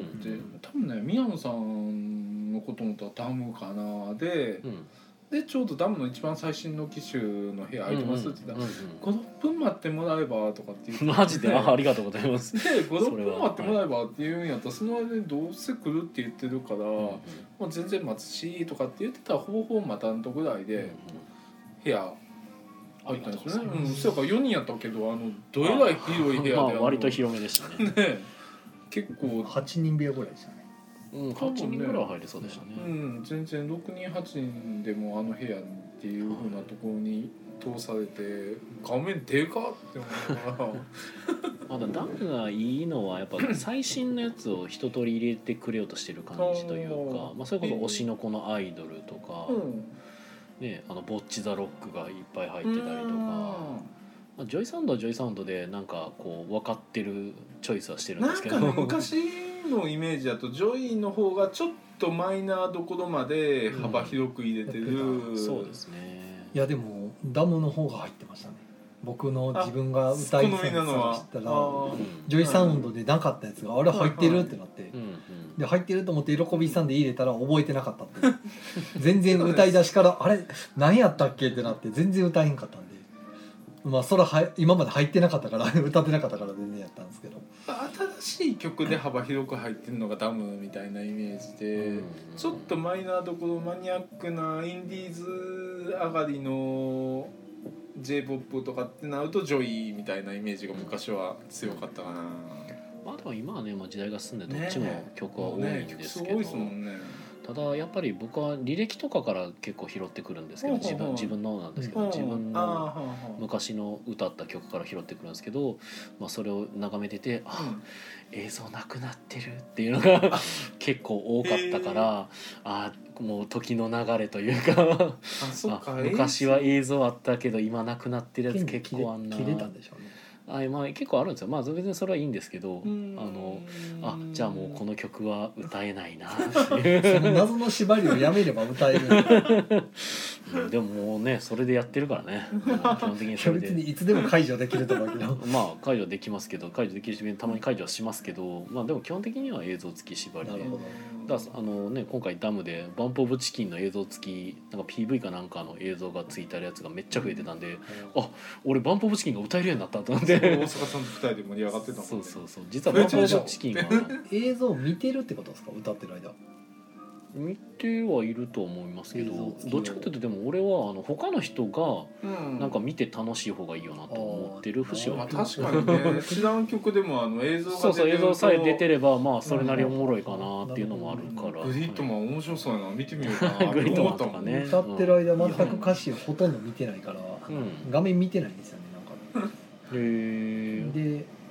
多分ね宮野さんのこと思ったらダムかなで、うんでちょうどダムの一番最新の機種の部屋空いてますって言ったら、うんうん、ごろっぷん待ってもらえばとかって言って、 マジで あ, ありがとうございますでごろっぷん待ってもらえばって言うんやったらその間にどうせ来るって言ってるから、うんうん、まあ、全然待つしとかって言ってたらほぼほぼ待たんとぐらいで部屋入ったんですよね。うん、そうやからよにんやったけどあのどえらい広い部屋で、 まあ、割と広めでしたねね結構はちにん部屋ぐらいでしたね。 うん、はちにんぐらい入れそうでしたね。 うん、全然ろくにんはちにんでもあの部屋っていう風なところに通されて画面でかって思うからまだダムがいいのはやっぱ最新のやつを一通り入れてくれようとしてる感じというかまあ、それこそ推しの子のアイドルとか、うんね、あのボッチ・ザ・ロックがいっぱい入ってたりとか、まあ、ジョイサウンドはジョイサウンドでなんかこう分かってるチョイスはしてるんですけどなんか、ね、昔のイメージだとジョイの方がちょっとマイナーどころまで幅広く入れてる、 うん、そうですね。 いやでもダムの方が入ってましたね。僕の自分が歌いセンスを知ったらジョイサウンドでなかったやつがあれ入ってるってなって、で入ってると思って喜びさんで入れたら覚えてなかったって全然歌い出しからあれ何やったっけってなって全然歌えへんかったんで、まあそれは今まで入ってなかったから歌ってなかったから全然やったんですけど、 新しい曲で幅広く入ってるのがダムみたいなイメージで、ちょっとマイナーどころマニアックなインディーズ上がりの J-ポップ とかってなるとジョイみたいなイメージが昔は強かったかな。 まあでも今はね、まあ、時代が進んでどっちも曲は多いんですけど、 ねね、すごいですもんね。 ただやっぱり僕は履歴とかから結構拾ってくるんですけど、自分自分のなんですけど、自分の昔の歌った曲から拾ってくるんですけど、まあ、それを眺めてて、あ、映像なくなってるっていうのが結構多かったから、あ、もう時の流れというかあ、そうか、昔は映像あったけど今なくなってるやつ結構あんな。 切れたんでしょうね。 あ、まあ、結構あるんですよ。まあ別にそれはいいんですけど、あのあじゃあもうこの曲は歌えないなっていうその謎の縛りをやめれば歌えるうん、でももうねそれでやってるからね、基本的にそれで別にいつでも解除できると思うけどまあ解除できますけど解除できるしたまに解除はしますけど、まあでも基本的には映像付き縛りで、だあの、ね、今回ダムでバンプオブチキンの映像付きなんか ピーブイ かなんかの映像がついてるやつがめっちゃ増えてたんで、うん、あ、俺バンプオブチキンが歌えるようになったと思って大阪さんとふたりで盛り上がってたもんね。 そうそうそう、実はバンプオブチキンは映像を見てるってことですか、歌ってる間。 見てはいると思いますけど、どっちかというとでも俺はあの他の人がなんか見て楽しい方がいいよなと思ってる節は、 うん、確かにね知らん曲でもあの映像が出てるとそうそう、映像さえ出てればまあそれなりおもろいかなっていうのもあるから、 グリッドマン面白そうやな、見てみようかなグリッドマンとかね、 歌ってる間全く歌詞をほとんど見てないから、うん、画面見てないんですよね、なんかへえ。 で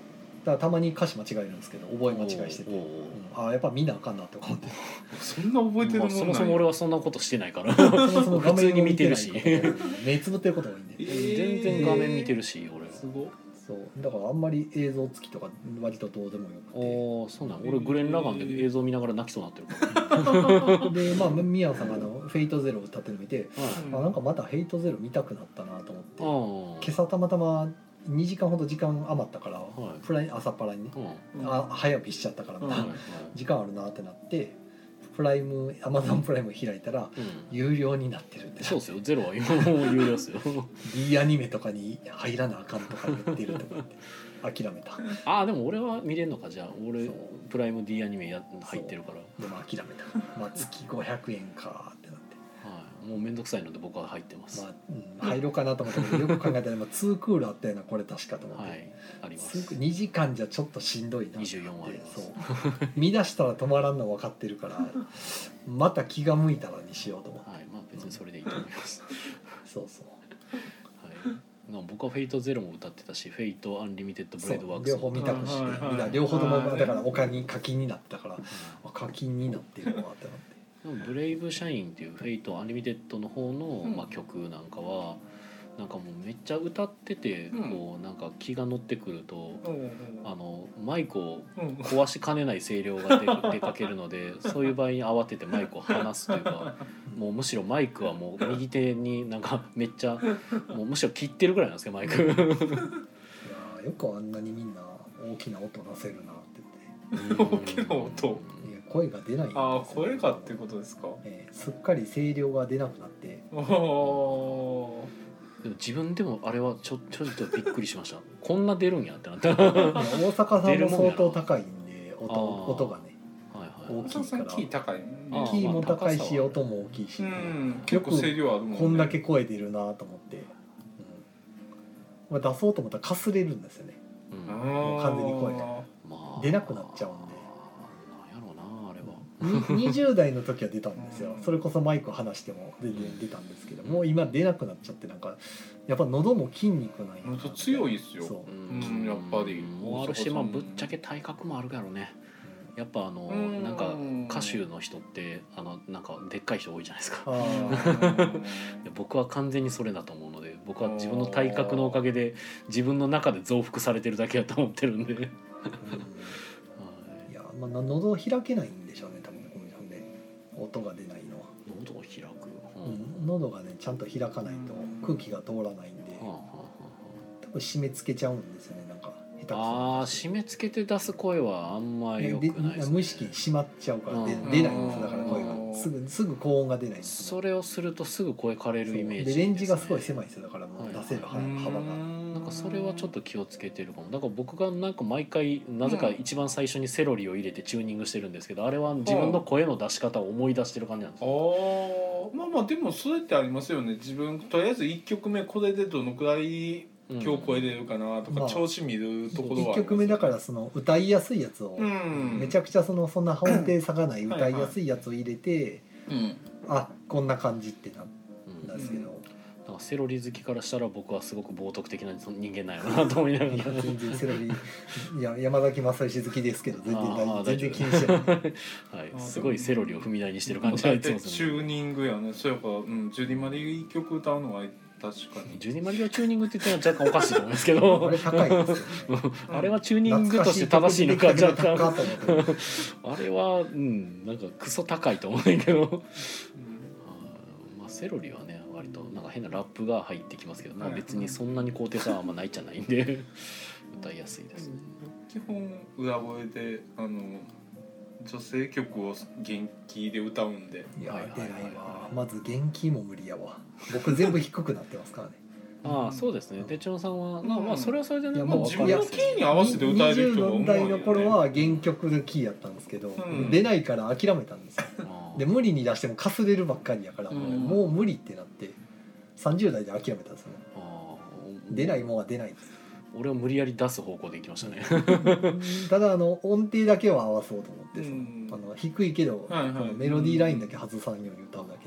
からたまに歌詞間違えるんですけど覚え間違いしてて、 おうおううん、あやっぱみんなあかんなって思ってそんな覚えてるもんなんや、 まあそもそも俺はそんなことしてないからそもそも画面を普通に見てるし見てないこと目つぶってることが多いんで、 えー全然画面見てるし俺すごっ。 そうだからあんまり映像付きとか割とどうでもよくておーそうなん俺グレン・ラガンで映像見ながら泣きそうになってるから、 でまあ宮野さんがあの「フェイトゼロ」を歌ってるの見て、 はいあなんかまた「フェイトゼロ見たくなったなと思ってあー今朝たまたまにじかんほど時間余ったから、 はいプライ朝っぱらにね、 うんあ早起きしちゃったからまだはいはい時間あるなってなってプライムアマゾンプライム開いたらうん有料になってるってそうですよゼロは今もう有料ですよ D アニメとかに入らなあかんとか言ってるとか言って諦めたああでも俺は見れんのかじゃあ俺そうプライム D アニメや入ってるから、 でも諦めたまあ月ごひゃくえんかってなってはい、もうめんどくさいので僕は入ってます、 まあ、うん、入ろうかなと思ったけどよく考えたらツークールあったよなこれ確かと思って、 はいありまツークすにじかんじゃちょっとしんどいなってにじゅうよんわありますそう見出したら止まらんの分かってるからまた気が向いたらにしようと思ってはいまあ別にそれでいいと思いますそうそうはいまあ僕はフェイトゼロも歌ってたしフェイトアンリミテッドブそレードワークスう両方見たくして、 はいはいはい見た両方ともはいだから他に課金になったからあ課金になってるわってなってでもブレイブシャインっていうフェイトアンリミテッドの方の、 うんまあ、曲なんかはなんかもうめっちゃ歌ってて、 うんこうなんか気が乗ってくると、 うんうんあのマイクをうん壊しかねない声量が出出かけるのでそういう場合に慌ててマイクを離すというかもうむしろマイクはもう右手になんかめっちゃもうむしろ切ってるぐらいなんですけどマイクいやーよくあんなにみんな大きな音出せるなって大きな音言っていや声が出ないんですよああ声がってことですか。 えーすっかり声量が出なくなっておおでも自分でもあれはちょちょっとびっくりしましたこんな出るんやってなったいや大阪さんも相当高いんであー音音がねはいはい大きいからさんキー高いもんあーね。 キーも高いまあ高さはし音も大きいし、 うん結構声量あるもんね。 こんだけ声出るなと思って、うんまあ、出そうと思ったらかすれるんですよねうんもう完全に声がまあ出なくなっちゃうんでなんやろうなあれはににじゅう代の時は出たんですよそれこそマイク離しても全然出たんですけどもう今出なくなっちゃってなんかやっぱ喉も筋肉ないな喉強いっすよ。 そううんやっぱりもうあるし、まあ、ぶっちゃけ体格もあるからねやっぱあのうんなんか歌手の人ってあのなんかでっかい人多いじゃないですかあいーや僕は完全にそれだと思うので僕は自分の体格のおかげで自分の中で増幅されてるだけだと思ってるんで、はいいやまあ喉を開けないんでしょうね多分この人で音が出ないのは、 喉を開く、 うん、喉がねちゃんと開かないと空気が通らないんではあはあは多分締め付けちゃうんですよねなんか下手くそあはああー締め付けて出す声はあんまり良くでないですね無意識に閉まっちゃうからでうん出ないんですだから声うんがすぐすぐ高音が出ないんですそれをするとすぐ声枯れるイメージでレンジがすごいい狭いんですよだからもう出せる幅うん幅がなんかそれはちょっと気をつけてるかもだから僕がなんか毎回なぜか一番最初にセロリを入れてチューニングしてるんですけどあれは自分の声の出し方を思い出してる感じなんですあよーまあまあでもそれってありますよね。自分とりあえずいっきょくめこれでどのくらい今日声出るかなとか、 まあ調子見るところはあり 1 ます曲目だからその歌いやすいやつをうんめちゃくちゃそのそんな音程差がない歌いやすいやつを入れてうんあこんな感じってなっうんたんですけどなんかセロリ好きからしたら僕はすごく冒涜的な人間なんやなと思いながらいや全然セロリいや山崎正義好きですけど全然あー大全然気にしてないはい、すごいセロリを踏み台にしてる感じがいつもするチューニングやね。そうやから、うん、ジュディマリいっきょく歌うのは確かに。 ジュディマリはチューニングって言ってのは若干おかしいと思うんですけどあれ高いですよねあれはチューニングとして正しいのか懐若かしい曲でできたけど高っ干と思ってあれはうんなんかクソ高いと思うんだけどうんあーまあセロリはね割となんか変なラップが入ってきますけど、まあ、別にそんなに高低差はあんまないじゃないんで歌いやすいですね。 基本裏声であの女性曲を元気で歌うんで。 いやはいはいはい出ないわまず元気も無理やわ僕全部低くなってますからねああそうですね手帳さんは、まあまあそれはそれでね、 いやまあもう自分のキーに合わせて歌える人が多いよね。 にじゅうよん代の頃は原曲のキーやったんですけど、 ん出ないから諦めたんですよあーで無理に出してもかすれるばっかりやから、 うんもう無理ってなってさんじゅう代で諦めたんですよねあー出ないもんは出ないんです俺は無理やり出す方向でいきましたねただあの音程だけは合わそうと思ってその、 うんあの低いけど、 はいはいこのメロディーラインだけ外さんように歌うだけなんで、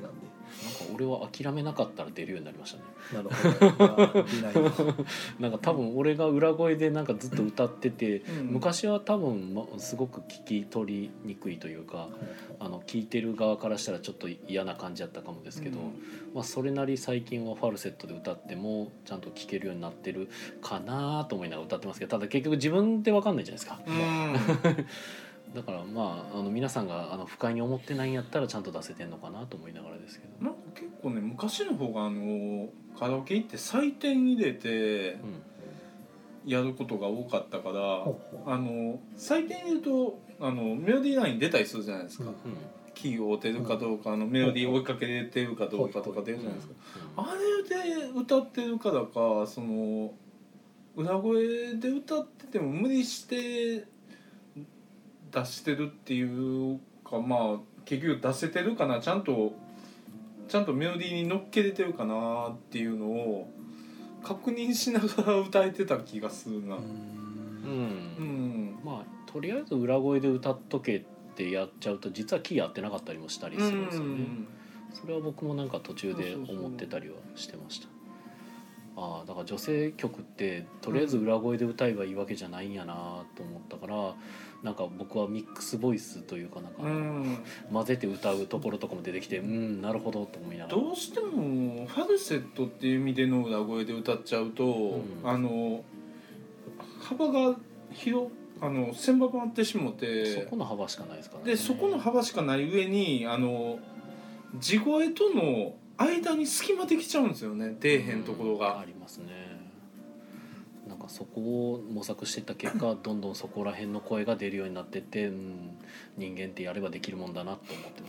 俺は諦めなかったら出るようになりましたね。 なるほど。いや出ないな。 なんか多分俺が裏声でなんかずっと歌ってて、 うん、 昔は多分ますごく聞き取りにくいというか、あの聞いてる側からしたらちょっと嫌な感じだったかもですけど、 うん、 まあ、それなり最近はファルセットで歌ってもちゃんと聞けるようになってるかなと思いながら歌ってますけど、ただ結局自分で分かんないじゃないですか。 うんだからまあ、あの皆さんがあの不快に思ってないんやったらちゃんと出せてんのかなと思いながらですけど、 なんか結構ね昔の方があのカラオケ行って採点入れてやることが多かったから、うん、あの採点入れるとあのメロディーライン出たりするじゃないですか、うん、キーを追ってるかどうか、あのメロディー追いかけてるかどうかとか出るじゃないですか、うんうん、あれで歌ってるからか、その裏声で歌ってても無理して出してるっていうか、まあ結局出せてるかな、ちゃんとちゃんとメロディーに乗っけれてるかなっていうのを確認しながら歌えてた気がするな。うん、 うん、まあとりあえず裏声で歌っとけってやっちゃうと実はキー合ってなかったりもしたりするんですよね、うん、それは僕もなんか途中で思ってたりはしてました。ああ、だから女性曲ってとりあえず裏声で歌えばいいわけじゃないんやなと思ったから、なんか僕はミックスボイスというかなんか、うん、混ぜて歌うところとかも出てきて、うんなるほどと思いながら、 どうしてもファルセットっていう意味での裏声で歌っちゃうと、うん、あの幅が広あの狭まってしもて、 そこの幅しかないですからね。 でそこの幅しかない上にあの地声との間に隙間できちゃうんですよね、出えへんところが、 うん、ありますね。なんかそこを模索していった結果どんどんそこら辺の声が出るようになってって、うん、人間ってやればできるもんだなと思ってます、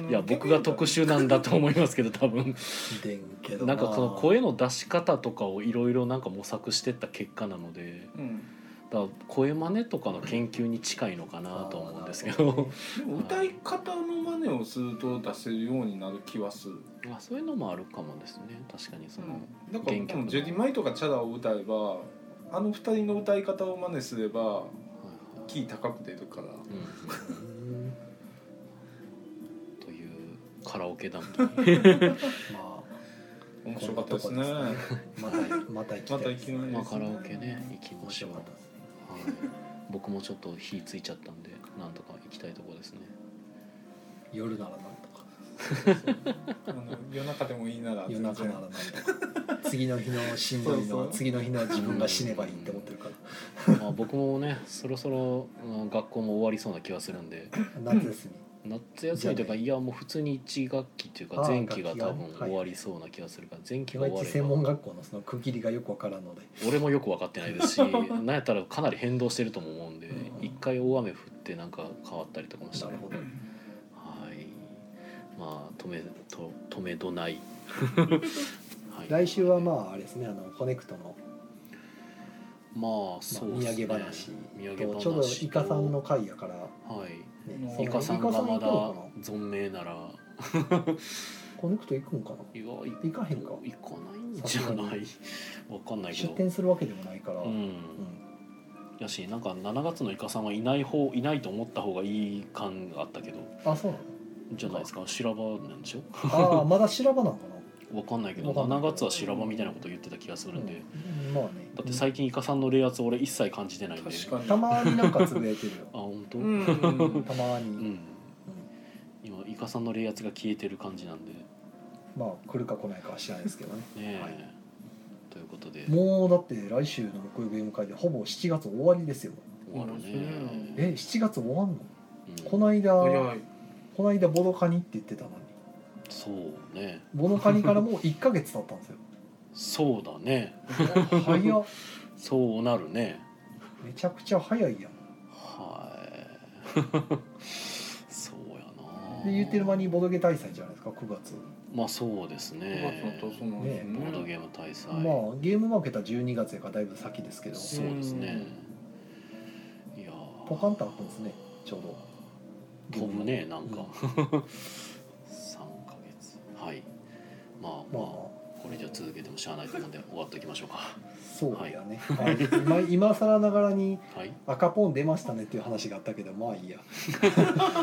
ね、いや僕が特殊なんだと思いますけど多分でんけどなんかその声の出し方とかをいろいろなんか模索していった結果なので、うん、だから声真似とかの研究に近いのかなと思うんですけど、でも歌い方の真似をすると出せるようになる気はする。 あ、そういうのもあるかもですね。確かにその、 うん、だからジェディマイとかチャラを歌えばあの二人の歌い方を真似すれば、はいはい、キー高く出るから、うん、 というカラオケ団体まあ面白かったですね。 またまた行きたいですね。 まあ、カラオケね行きましょう。はい、僕もちょっと火ついちゃったんでなんとか行きたいところですね。 夜ならなんとかあの夜中でもいいなら夜中ならなんとか次の日のしんどいのは次の日の自分が死ねばいいって思ってるからまあ僕もねそろそろ学校も終わりそうな気がするんで夏休み夏休みというかいやもう普通にいち学期というか前期が多分終わりそうな気がするから、前期が終われば専門学校のその区切りがよくわからんので俺もよく分かってないですしなんやったらかなり変動してるとも思うんで一回大雨降ってなんか変わったりとかもした、ね、なるほど。まあ止めと止めどない、 はい、来週はまああれですね、あのコネクトのまあそうですね、 土産話土産話ちょうどイカさんの回やから、はい、ね、イカさんがまだ存命ならコネクト行くんかな。いや行かへんか、 行かないんじゃないわかんないけど出店するわけでもないから、うん、うん、 やしなんかしちがつのイカさんはいない方いないと思った方がいい感があったけど、 あ、そうなのじゃないですか。修羅場なんでしょああまだ修羅場なのかな。 わかんないけどしちがつは修羅場みたいなこと言ってた気がするんで、 うん、まあね、 だって最近イカさんの冷圧俺一切感じてないんで。 確かにたまになんかつぶやいてるよあ、本当、うんうん、たまに、うん、 今イカさんの冷圧が消えてる感じなんで、 まあ来るか来ないかは知らないですけどね。 ねえ、 はい、 ということでもうだって来週の木曜ゲーム会でほぼしちがつ終わりですよ。 終わるね。 え、しちがつ終わんの、うん、この間この間ボドカニって言ってたのに。 そうね、 ボドカニからもういっかげつ経ったんですよ。 そうだね早っそうなるね、 めちゃくちゃ早いやん。 はいそうやな。 で言ってる間にボドゲ大祭じゃないですか、くがつ。 まあそうですね、 くがつだとそうなんですね、 ボードゲーム大祭。 まあゲームマーケットはじゅうにがつやからだいぶ先ですけど。 そうですね。いやポカンとあったんですね、ちょうど飛ぶね、なんか、うん、さんかげつ。はい、まあまあ、まあ、これじゃ続けてもしゃあないと思うんで終わっておきましょうか。 そうやね、はい、今, 今更ながらにはい、 赤ポン出ましたねっていう話があったけど、まあいいやあ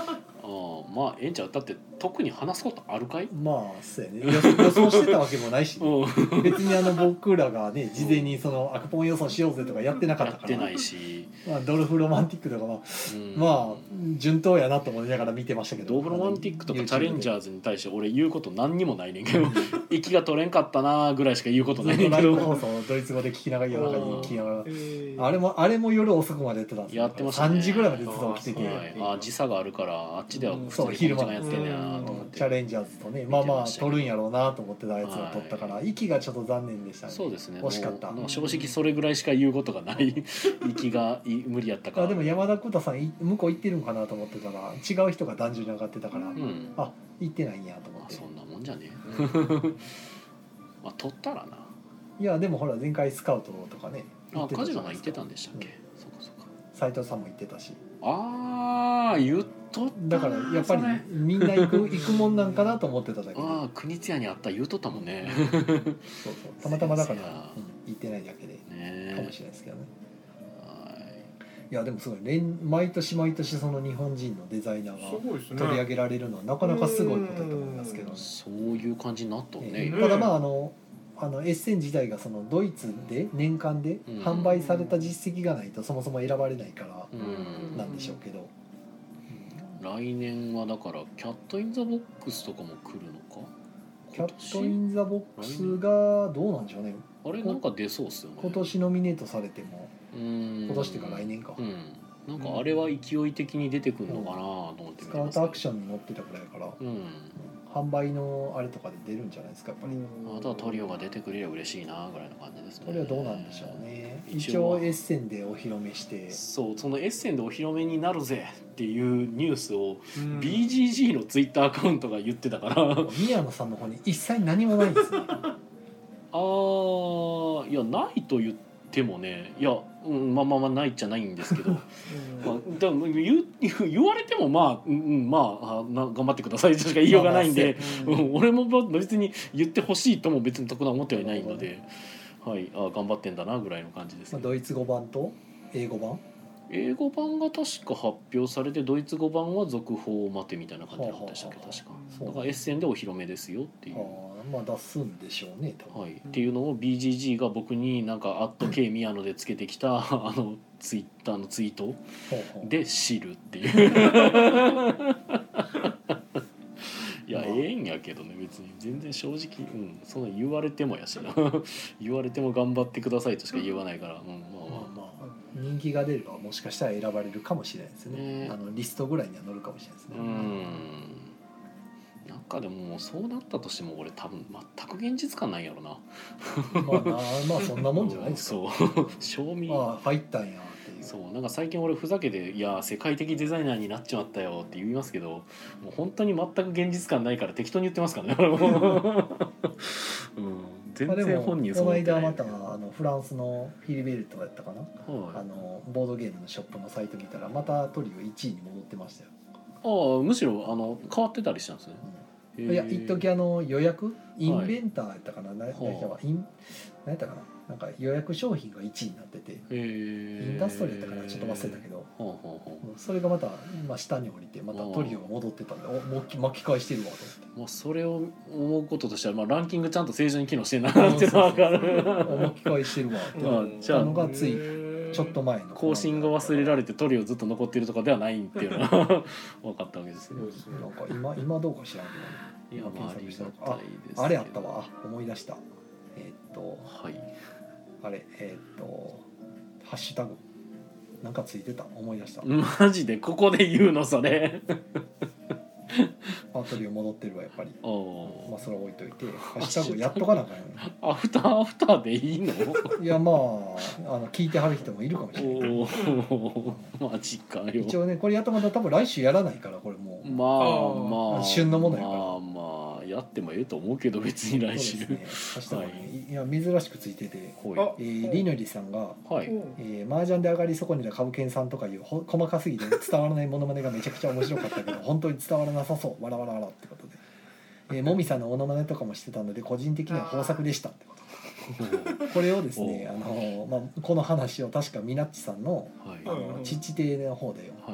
あまあええんちゃう。だって特に話すことあるかい。 まあそうやね、予予想してたわけもないし、ね、 うん別にあの僕らがね事前にそのアクポン予想しようぜとかやってなかったから、 やってないし、 まあ、ドルフロマンティックとかは、 うんまあ順当やなと思いながら見てましたけど、 ドーブロマンティックとかチャレンジャーーズに対して俺言うこと何にもないねんけど息が取れんかったなぐらいしか言うことずないねんけっとライブ放ど送をドイツ語で聞きながら夜中に聞きながら、 えーあれもあれも夜遅くまでやってたんですよ。 やってましたねさんじぐらいまでずっと起きてて、 はい、あ時差があるからあっちでは普通そうにこの時間やってんねやなと思ってチャレンジャーズとね、まあまあ撮るんやろうなと思ってたやつを撮ったから、息がちょっと残念でしたね。 そうですね惜しかった。 もう正直それぐらいしか言うことがない息がい無理やったからあでも山田久太さんい向こう行ってるんかなと思ってたら違う人が壇上に上がってたから、 うんあ行ってないんやと思ってまあそんなもんじゃねまあ取ったらないやでもほら前回スカウトとかねあカジノじゃないですかが言ってたんでしたっけ、 うんそうかそうか斉藤さんも言ってたし、 ああ言っとっただからやっぱりそれみんな行く行くもんなんかなと思ってただけで、 ああ国津屋にあった言うとったもんねそうそうたまたまだから、 先生やうん行ってないだけでねかもしれないですけどね。 はいいやでもすごい連毎年毎年その日本人のデザイナーすがごいですね。 取り上げられるのはなかなかすごいことだと思いますけど、 そういう感じになっとるね、 ええただまああのあのエッセン自体がそのドイツで年間でうん販売された実績がないとそもそも選ばれないからうんなんでしょうけど、 来年はだからキャット・イン・ザ・ボックスとかも来るのかキャット・イン・ザ・ボックスがどうなんでしょうね。 あれなんか出そうっすよね今年ノミネートされてもうん今年っていうか来年か、 うんなんかあれは勢い的に出てくるのかなと思ってス見てますカウトアクションに乗ってたくらいだからうん販売のあれとかで出るんじゃないですかやっぱり。 あとはトリオが出てくれりゃ嬉しいなぐらいの感じですねこれはどうなんでしょうね。 一応一応エッセンでお披露目してそうそのエッセンでお披露目になるぜっていうニュースをうんビージージー のツイッターアカウントが言ってたから宮野さんの方に一切何もないんですね。 あーいやないと言ってもねいや、うん、まあまあまあないじゃないんですけどまあ、でも言う言われてもまあ、うんうん、まああな頑張ってくださいとしか言いようがないんで、 うんうん、俺も別に言ってほしいとも別に特段思ってはいないので、はい、あ頑張ってんだなぐらいの感じですね。 まあドイツ語版と英語版英語版が確か発表されてドイツ語版は続報を待てみたいな感じだったでしたっけはあはあ確かそうだからエッセンでお披露目ですよっていう。 あーまあ出すんでしょうね多分、 はい、っていうのを ビージージー が僕になんか「アット K 宮野」でつけてきたあのツイッターのツイートほうほうで知るっていういや、 まあええんやけどね別に全然正直、うん、そんな言われてもやしな言われても頑張ってくださいとしか言わないから、うん、まあまあままあ人気が出ればもしかしたら選ばれるかもしれないですねねあのリストぐらいには載るかもしれないですねあうんなんかでももうそうなったとしても俺多分全く現実感ないやろなまあなまあそんなもんじゃないですかそう賞味ああ入ったんやっていうそうなんか最近俺ふざけて「いや世界的デザイナーになっちまったよ」って言いますけどもう本当に全く現実感ないから適当に言ってますからね、うん、全まあでも然本人この間またたあのフランスのフィリベルトやったかなあはい、 のボードゲームのショップのサイト見たらまたトリオいちいに戻ってましたよ、 ああむしろあの変わってたりしたんですねうん、いや一時あの予約インはいベンターやったかな、なはあなんかイン何やったかななんか予約商品がいちいになっててインダストリーやったかなちょっと忘れたけど、 はあはあはあうんそれがまた、まあ、下に降りてまたトリオが戻ってたんでお巻き巻き返してるわと思って。 まあ、それを思うこととしては、まあ、ランキングちゃんと正常に機能してんなっていうのは分かるお巻き返してるわってまあじゃあのがついちょっと前の更新が忘れられてトリオずっと残ってるとかではないっていうのは分かったわけですねそうですねなんか今今どうか知らんけどねいや今まああり検索したらがたいですけどああれあったわあ思い出したえーっとはいあれえーっとハッシュタグなんかついてた思い出したマジでここで言うのそれパトリオ戻ってるわやっぱりおまあそれは置いといてハッシュタグやっとかなあかんよねアフターアフターでいいのいやまああの聞いてはる人もいるかもしれないおおマジかよ一応ねこれやったまた多分来週やらないからこれもうまあまあ旬のものやからまあまあやってもええと思うけど別に来週、 そうですねハッシュタグね、 はいいや珍しくついてて、 ほいあえー、りのりさんがはいえー、麻雀で上がり損ねた株券さんとかいうほ細かすぎて伝わらないモノマネがめちゃくちゃ面白かったけど本当に伝わらなさそうわらわらわらってことで、えー、もみさんのモノマネとかもしてたので個人的には豊作でしたってことこれをですね、あのーまあ、この話を確かみなっちさんのはいあの父邸の方ではい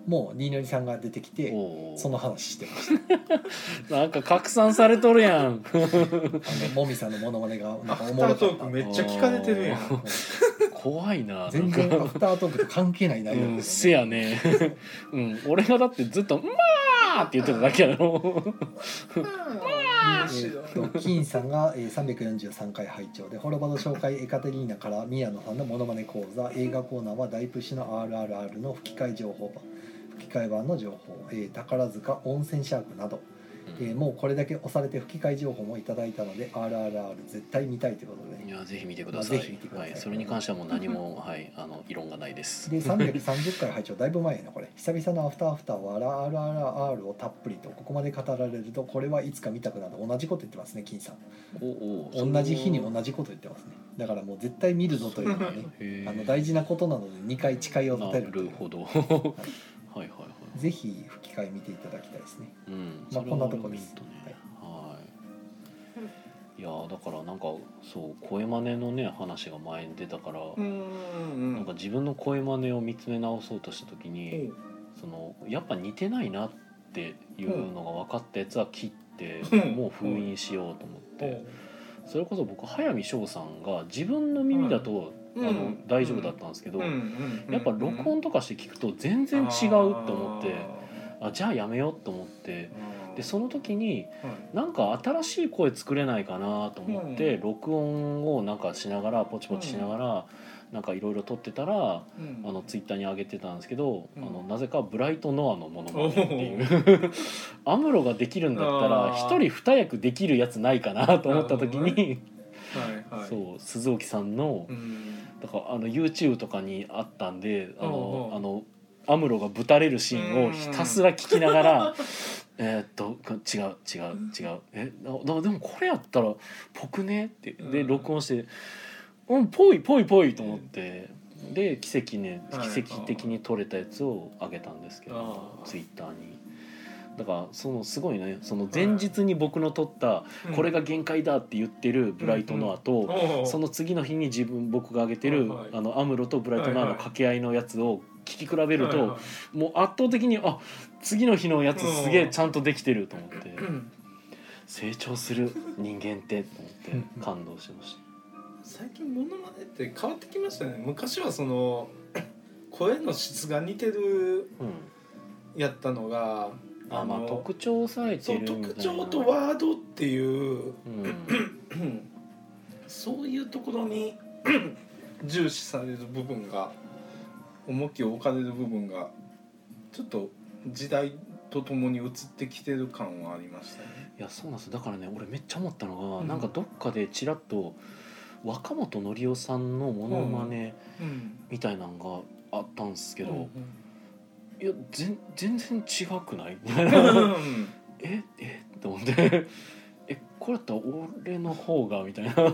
もうニーノリさんが出てきておーその話してましたなんか拡散されとるやんあのもみさんのモノマネがなんかおアフターもろかったトークめっちゃ聞かれてるやん。 怖いな。 全然アフタートークと関係ない内容うん、 ですせよね、 やね。うん、俺がだってずっと「まあ!」って言ってただけやろ。 面白いえー、と金さんが、えー、さんびゃくよんじゅうさんかい拝聴でホロバド紹介エカテリーナから宮野さんのモノマネ講座映画コーナーは大プッシュの アールアールアール の吹き替え情報版吹き替え版の情報、えー宝塚温泉シャークなど、えーもうこれだけ押されて吹き替え情報もいただいたので アールアールアール 絶対見たいということで、 いやぜひ見てください。 まあぜひ見てくださいはい、それに関してはもう何もはいあの異論がないです。 でさんびゃくさんじゅっかい拝聴だいぶ前やなこれ久々のアフターアフターは アールアールアール をたっぷりとここまで語られるとこれはいつか見たくなる同じこと言ってますね金さんおお同じ日に同じこと言ってますねだからもう絶対見るぞというのがねへーあの大事なことなのでにかい誓いを立てなるというるほど。はいはいはい。 ぜひ吹き替え見ていただきたいですねうん。 まあそれはこんなとこです見るとねはい。いやーだからなんかそう声真似のね話が前に出たから、 うんなんか自分の声真似を見つめ直そうとした時に、そのやっぱ似てないなっていうのが分かったやつは切って、 うんもう封印しようと思って、それこそ僕早見翔さんが自分の耳だと、 うんあのうん大丈夫だったんですけど、 うんうんやっぱ録音とかして聞くと全然違うと思って、あじゃあやめようと思ってでその時になんか新しい声作れないかなと思って、 うん録音をなんかしながらポチポチしながら、なんかいろいろ撮ってたら、あのツイッターに上げてたんですけど、 うんあのなぜかブライトノアのものまねっていうアムロができるんだったらあー一人二役できるやつないかなと思った時に、 はいはいそう鈴木さんのうんだからあの YouTube とかにあったんであおうおのうあのアムロがぶたれるシーンをひたすら聞きながらえーっと違う違う違うえだでもこれやったらぽくねってでうん録音してうんぽいぽいぽいと思ってで奇跡ねはい奇跡的に撮れたやつをあげたんですけどあーツイッターに。だからそのすごいねその前日に僕の撮ったうんこれが限界だって言ってるブライトノアとおうその次の日に自分僕が上げてる、 はいはいあのアムロとブライトナーの掛け合いのやつを聞き比べると、 はいはいもう圧倒的にあ次の日のやつすげえちゃんとできてると思って、 うん成長する人間ってと思って感動しまし最近モノマネって変わってきましたね。昔はその声の質が似てるた、うん、 やったのがあまあの特徴を抑えそうてるみたいな特徴とワードっていううんそういうところに重視される部分が重きを置かれる部分がちょっと時代とともに移ってきてる感はありましたね。 いやそうなんですだからね俺めっちゃ思ったのが、 うんなんかどっかでちらっと若本のりおさんのモノマネうんみたいなのがあったんですけど、 うんいや全全然違くないうんええって思ってえこれだったら俺の方がみたいな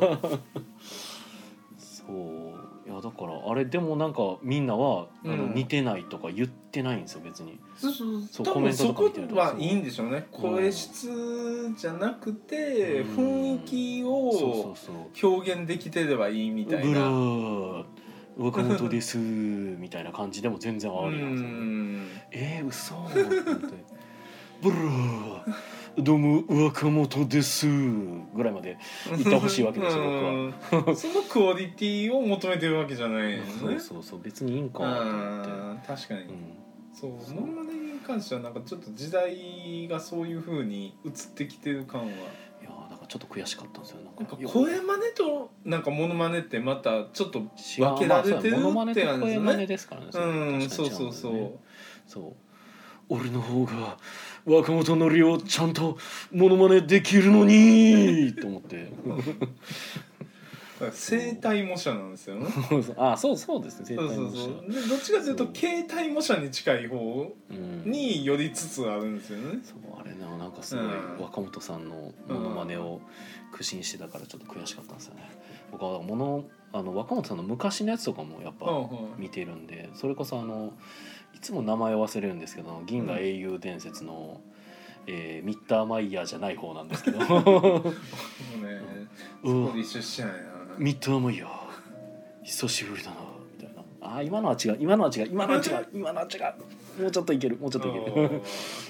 そういやだからあれでもなんかみんなは、あのうん似てないとか言ってないんですよ別にそうそうそう多コメントとか分そこ見てるとはいいんでしょうね。声質じゃなくてうん雰囲気そうそうをそう表現できてればいいみたいブラな。 ー若本ですみたいな感じでも全然あうるやんですよねんえー、嘘って思ってブラーどうも若本ですぐらいまで言ってほしいわけですよ僕はうんそのクオリティを求めてるわけじゃないですね。 そうそうそう別にいいんかなと思ってうん確かに、 うんそうそうモノマネに関してはなんかちょっと時代がそういう風に移ってきてる感は。 いやーだからちょっと悔しかったんですよなんかいや声真似となんかモノマネってまたちょっと違う分けられてるまあそうやモノマネってと声真似なんですよね。 ですからねうん確かに違そうそうそうんだよねそう俺の方が若本のりをちゃんとモノマネできるのにと思って声帯模写なんですよね。 あそうそうですねそうそうそうでどっちかというと形態模写に近い方うんに寄りつつあるんですよね。 そうあれななんかすごいうん若本さんのモノマネを苦心してたからちょっと悔しかったんですよね僕はものあの若本さんの昔のやつとかもやっぱうんうん見てるんでそれこそあのいつも名前を忘れるんですけど銀河英雄伝説の、えーミッターマイヤーじゃない方なんですけどもうねうんそこで一緒しちゃうやな。 ミッターマイヤー久しぶりだなみたいなあー今のは違う今のは違う今のは違う今のは違うもうちょっといけるもうちょっといける、 あーはいうん、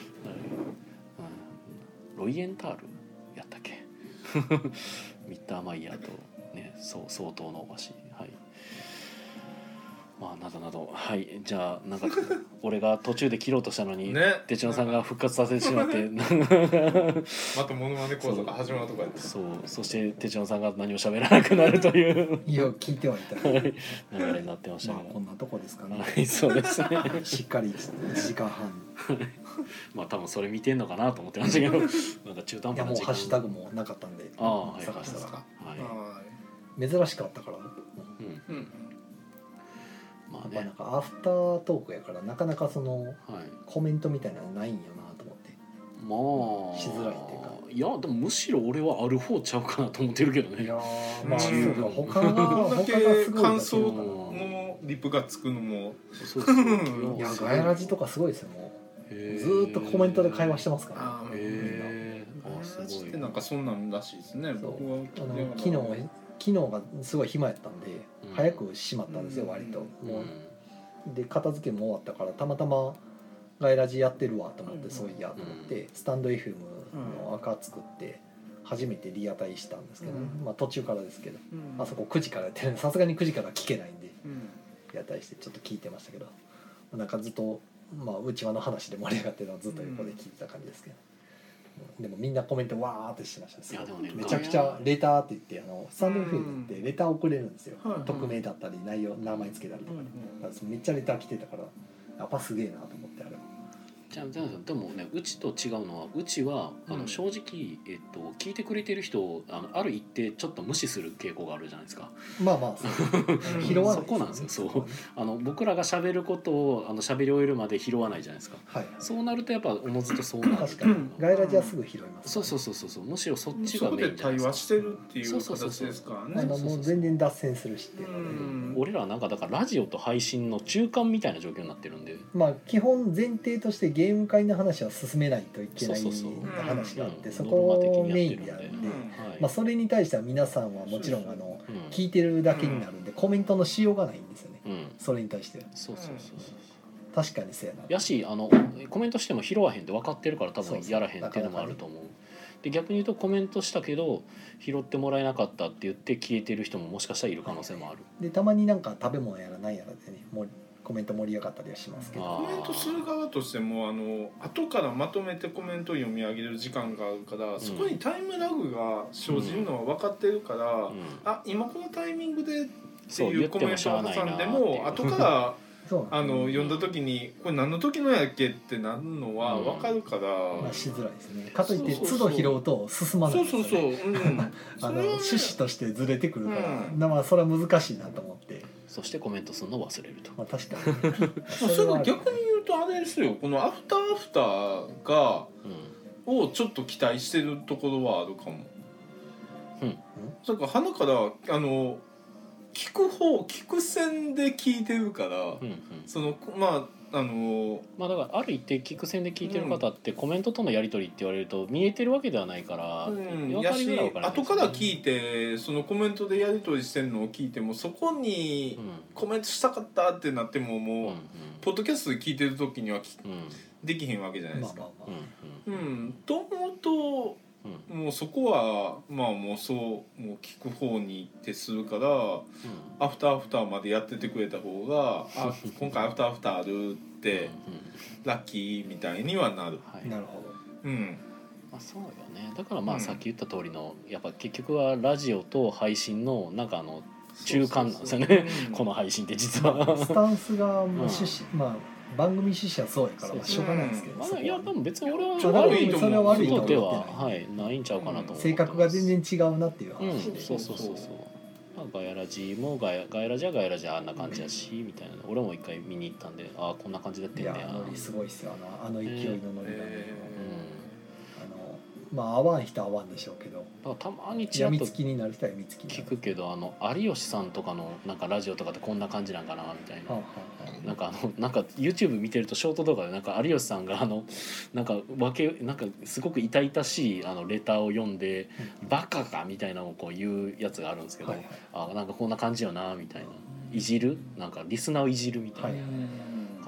ロイエンタールやったっけミッターマイヤーとねそう相当のお箸はいまあなどなどはいじゃあなんか俺が途中で切ろうとしたのに、 ね哲郎さんが復活させてしまってまたモノマネ講座が始まるとかやってそうそして哲郎さんが何も喋らなくなるといういや聞いてはいた流れになってましたけど、 まあこんなとこですかねはいそうですねしっかりいちじかんはんまあ多分それ見てんのかなと思ってましたけどなんか中途半いやもう端な時間ハッシュタグもなかったんでああはい探したらはい、 は珍しかったからうんいうんまあねやっぱなんかアフタートークやからなかなかそのはいコメントみたいなのないんよなと思ってまあしづらいっていうかいやでもむしろ俺はある方ちゃうかなと思ってるけどねいやーまあうんそうか他がこんだけ他がすごいだけ感想だかのリプがつくのもそうそうらいやガヤラジとかすごいですよもうずーっとコメントで会話してますからあーへえあすごいってなんかそんなんらしいですねそう僕はあの昨日昨日がすごい暇やったんで、 うん早く閉まったんですよ、 うん割と、 うんもうで片付けも終わったからたまたまガイラジやってるわと思って、 うんそういやと思って、スタンド エフエム のアカ作って初めてリアタイしたんですけど、 うんまあ途中からですけど、 うんあそこくじからやってるんでさすがにくじから聞けないんでうんリアタイしてちょっと聞いてましたけど、なんかずっとまあ内輪の話で盛り上がってるのはずっと横で聞いてた感じですけど、うんでもみんなコメントわーってしてましたすごいいやでもねめちゃくちゃレターって言ってあのスタンド エフエム ってレター送れるんですよ、 うん匿名だったり内容名前つけたりとか、だからめっちゃレター来てたからやっぱすげえなと思ってあれは。 じゃあじゃあでもねうちと違うのはうちはあうんの正直、えっと、聞いてくれてる人をあのある一定ちょっと無視する傾向があるじゃないですか。 まあまあそう拾わないそこなんですよそうこはねあの僕らが喋ることをあの喋り終えるまで拾わないじゃないですか。 はいそうなるとやっぱおのずとそうなる確かにガイラジはすぐ拾います、 そうそうそうそうそうむしろそっちそこでがメインじゃない対ですか。 話してるっていう形ですからねあのもう全然脱線するしっていうので、 うん俺らはなんかだからラジオと配信の中間みたいな状況になってるんで、 まあ基本前提としてゲーム会の話は進めないといけないそうそうそう話があって、 うんそこをメインでやるんで、 うんはいまあ、それに対しては皆さんはもちろんあのうん聞いてるだけになるんでコメントのしようがないんですよね、 うん、 それに対してはそうそうそうそう確かにそうやなやしあのコメントしても拾わへんって分かってるから多分やらへんっていうのもあると思う。で逆に言うとコメントしたけど拾ってもらえなかったって言って消えてる人ももしかしたらいる可能性もある。 でたまになんか食べ物やらなんやらでねもうコメント盛り上がったりはしますけど、 あコメントする側としてもあの後からまとめてコメントを読み上げる時間があるから、そこにタイムラグが生じるのは分かってるから、 うんあ今このタイミングでってそういうコメントを挟んでも後からそうあの読んだ時にこれ何の時のやっけってなるのは分かるから、 まあ、しづらいですねかといってそうそうそう都度拾うと進まないそうですよねそうそう、うん、 あのそれはね趣旨としてずれてくるから、 うんだまあそれは難しいなと思って、 そしてコメントするのを忘れると。 まあ、確かに、ね、 まあそれが逆に言うとあれですよ、このアフターアフターがうんをちょっと期待してるところはあるかも。 うんそれから鼻からあの聞く方聞く線で聞いてるから、 うんうんそのまああのまあだからある一定聞く線で聞いてる方ってコメントとのやり取りって言われると見えてるわけではないから、 うん、 分やしかりづらい分かりづらい後から聞いてそのコメントでやり取りしてるのを聞いてもそこにうんコメントしたかったってなってももう、 うんうんポッドキャストで聞いてる時にはきうんできへんわけじゃないですか。 まあまあうんまあ、 うん、と思うとうんもうそこはまあもうそうもう聞く方に徹するからアフターアフターまでやっててくれた方があ今回アフターアフターあるってラッキーみたいにはなる。 はいなるほどうんまあ、そうよね。だからまうんあさっき言った通りのやっぱ結局はラジオと配信のなんかあの中間なんですよね。 うんこの配信って実は。 スタンスがもう趣旨、まあ番組趣旨はそうやからまあそうしょうがないですけど、 まあ、 そこはねいやでも別に俺はちょうどいいと思うそれは悪いとことで思ってないははいないんちゃうかなと思ってます。 性格が全然違うなっていううん話で、 そうそうそうそう。まあガヤラジもガヤガヤラジはガヤラジはあんな感じやしみたいな。俺も一回見に行ったんでああこんな感じでやっていやんだよ。 ノリすごいっすよあのあの勢いのノリがね、 えあのまあ合わん人は合わんでしょうけどだからたまにちらやみっとつきになる人はやみつきになる聞くけどあの有吉さんとかのなんかラジオとかってこんな感じなんかなみたいな。 はあはあはなんかあのなんか YouTube 見てるとショート動画でなんか有吉さんがあのなんかわけなんかすごく痛々しいあのレターを読んで「バカか」みたいなのをこう言うやつがあるんですけど、 はいはいあなんかこんな感じよなみたいないじるなんかリスナーをいじるみたいなはい感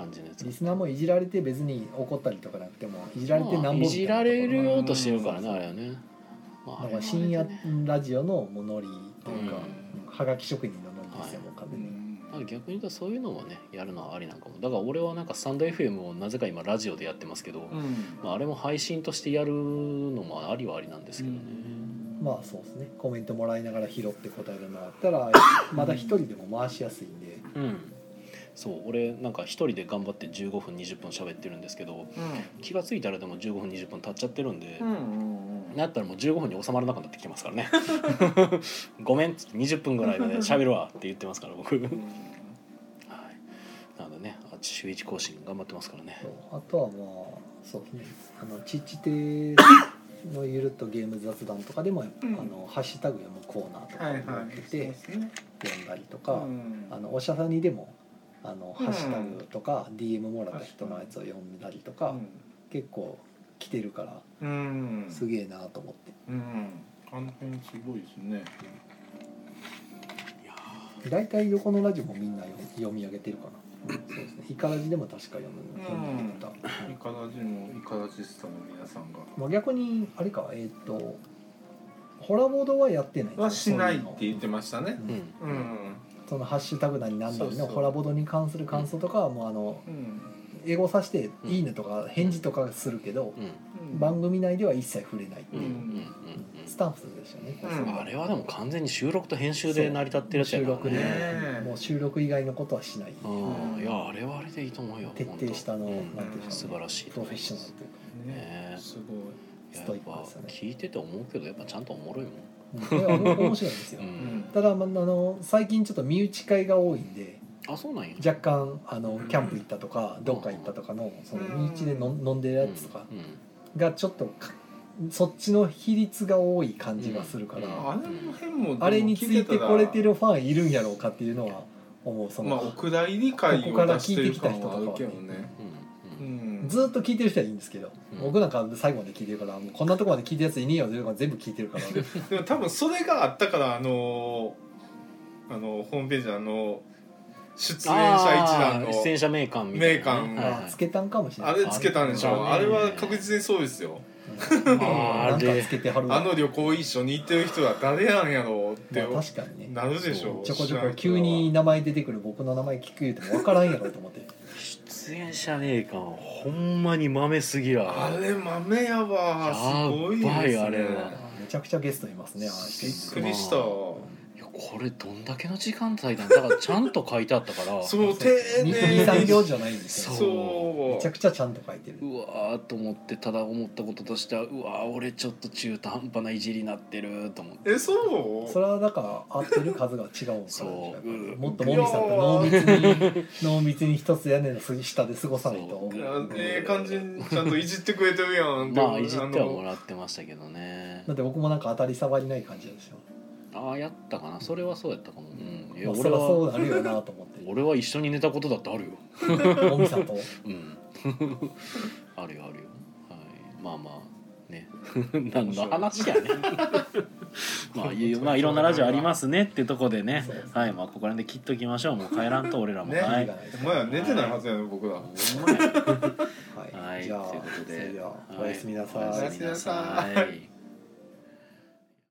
感じのやつリスナーもいじられて別に怒ったりとかなくてもいじられてなんぼみたいなところ、 まあいじられるようとしてるからね、 うんあれはね、まあ、 だから深夜ラジオのもうノリというか、 うんはがき職人のノリですよ、もう完う全に。 んまあ逆に言うとそういうのもねやるのはありなんかも。だから俺はなんかスタンド エフエム をなぜか今ラジオでやってますけど、 うんまあ、あれも配信としてやるのもありはありなんですけどね、 まあそうですね、コメントもらいながら拾って答えるのだったらまだ一人でも回しやすいんで、 うんそう俺なんか一人で頑張ってじゅうごふんにじゅっぷん喋ってるんですけど、気がついたらでもじゅうごふんにじゅっぷん経っちゃってるんで、 うんうんうんなったらもうじゅうごふんに収まらなくなってきてますからねごめんっつってにじゅっぷんぐらいまで喋るわって言ってますから僕はい、なのでねあっち週一更新頑張ってますからね。 そうあとはまあそうですね、あのちちてのゆるっとゲーム雑談とかでも、 うんあのハッシュタグ読むコーナーとかはいはいやってて、 そうですね読んだりとか、 うんあのおしゃさんにでもあの、 うんハッシュタグとか ディーエム もらった人のやつを読んだりとか、結構来てるからうんすげえなと思って、 うんあの辺すごいですね。 いや大体どこのラジオもみんな読読み上げてるかな、うん、そうですね、イカラジでも確か読む読んでた、 イカラジもイカラジスタの皆さんがまあ、逆にあれかえっ、とホラボードはやってないんはですよしないってそううの言ってましたね。 ーうんうんそのハッシュタグなりなんなりそうそうのホラボードに関する感想とかはもうあのうん英語さして「いいね」とか返事とかするけど、 うん番組内では一切触れないっていう、 うんうんうんスタンスでしたね、 うんあれはでも完全に収録と編集で成り立ってるやつやから収録で、 ねもう収録以外のことはしない、 うんいやあれはあれでいいと思うよ。 徹底したの、 本当なんていうんでしょうね素晴らしいプロフェッショナルというかねすごい。 ストイやっぱックですよね聞いてて思うけどやっぱちゃんとおもろいもん。 うんこれは面白いんですよ、 うんただ、まあ、あの最近ちょっと身内会が多いんであそうなんや。 若干あのキャンプ行ったとかどっか行ったとかのその身内での飲んでるやつとかうんうんがちょっとかそっちの比率が多い感じがするから、 うんあれの辺もあれについてこれてる。 るファンいるんやろうかっていうのは思う。その、 まあお蔵入り会を出してる感はあるけどね。 うんうんうんずーっと聞いてる人はいいんですけど、 うん僕なんか最後まで聞いてるからもうこんなとこまで聞いてるやついねえよとか全部聞いてるからでも多分それがあったからあのあのホームページあの出演者一覧のあー出演者名鑑みたいな、 名鑑はいはいあつけたんかもしれないあれつけたんでしょあれねあれは確実にそうですよ。 あなんかあれつけてはるわあの旅行一緒に行ってる人は誰なんやろうってまあ確かにねなるでしょう。 ちょこちょこ急に名前出てくる僕の名前聞く言うても分からんやろと思って出演者名鑑ほんまに豆すぎらあれ豆やわすごいですね。 やばいあれはめちゃくちゃゲストいますねあの人びっくりした。 いやこれどんだけの時間帯なんだからちゃんと書いてあったからそう丁寧にさんに行じゃないんですよそうめちゃくちゃちゃんと書いてるうわーと思ってただ思ったこととしてはうわー俺ちょっと中途半端ないじりになってると思ってえそうそれはだから合ってる数が違うからそううんもっともみさんと濃密に濃密に一つ屋根の下で過ごさないとそういやええ感じにちゃんといじってくれてるやんまあいじってはもあらってましたけどねだって僕もなんか当たり障りない感じなんですよ、 ああやったかなそれはそうやったかも、うん、いやまあ、それ俺ははそうなるよなと思って俺は一緒に寝たことだってあるよもみさんとうんあるよあるよはいまあまあね何の話やねまあいまあいろんなラジオありますねってとこでねそうですはいまあここら辺で切っときましょうもう帰らんと俺らも、 ねはいお前は寝てないはずやね僕ら。 ほんまやはい、 はいじゃあということでそれでははいおやすみなさい、 おやすみなさい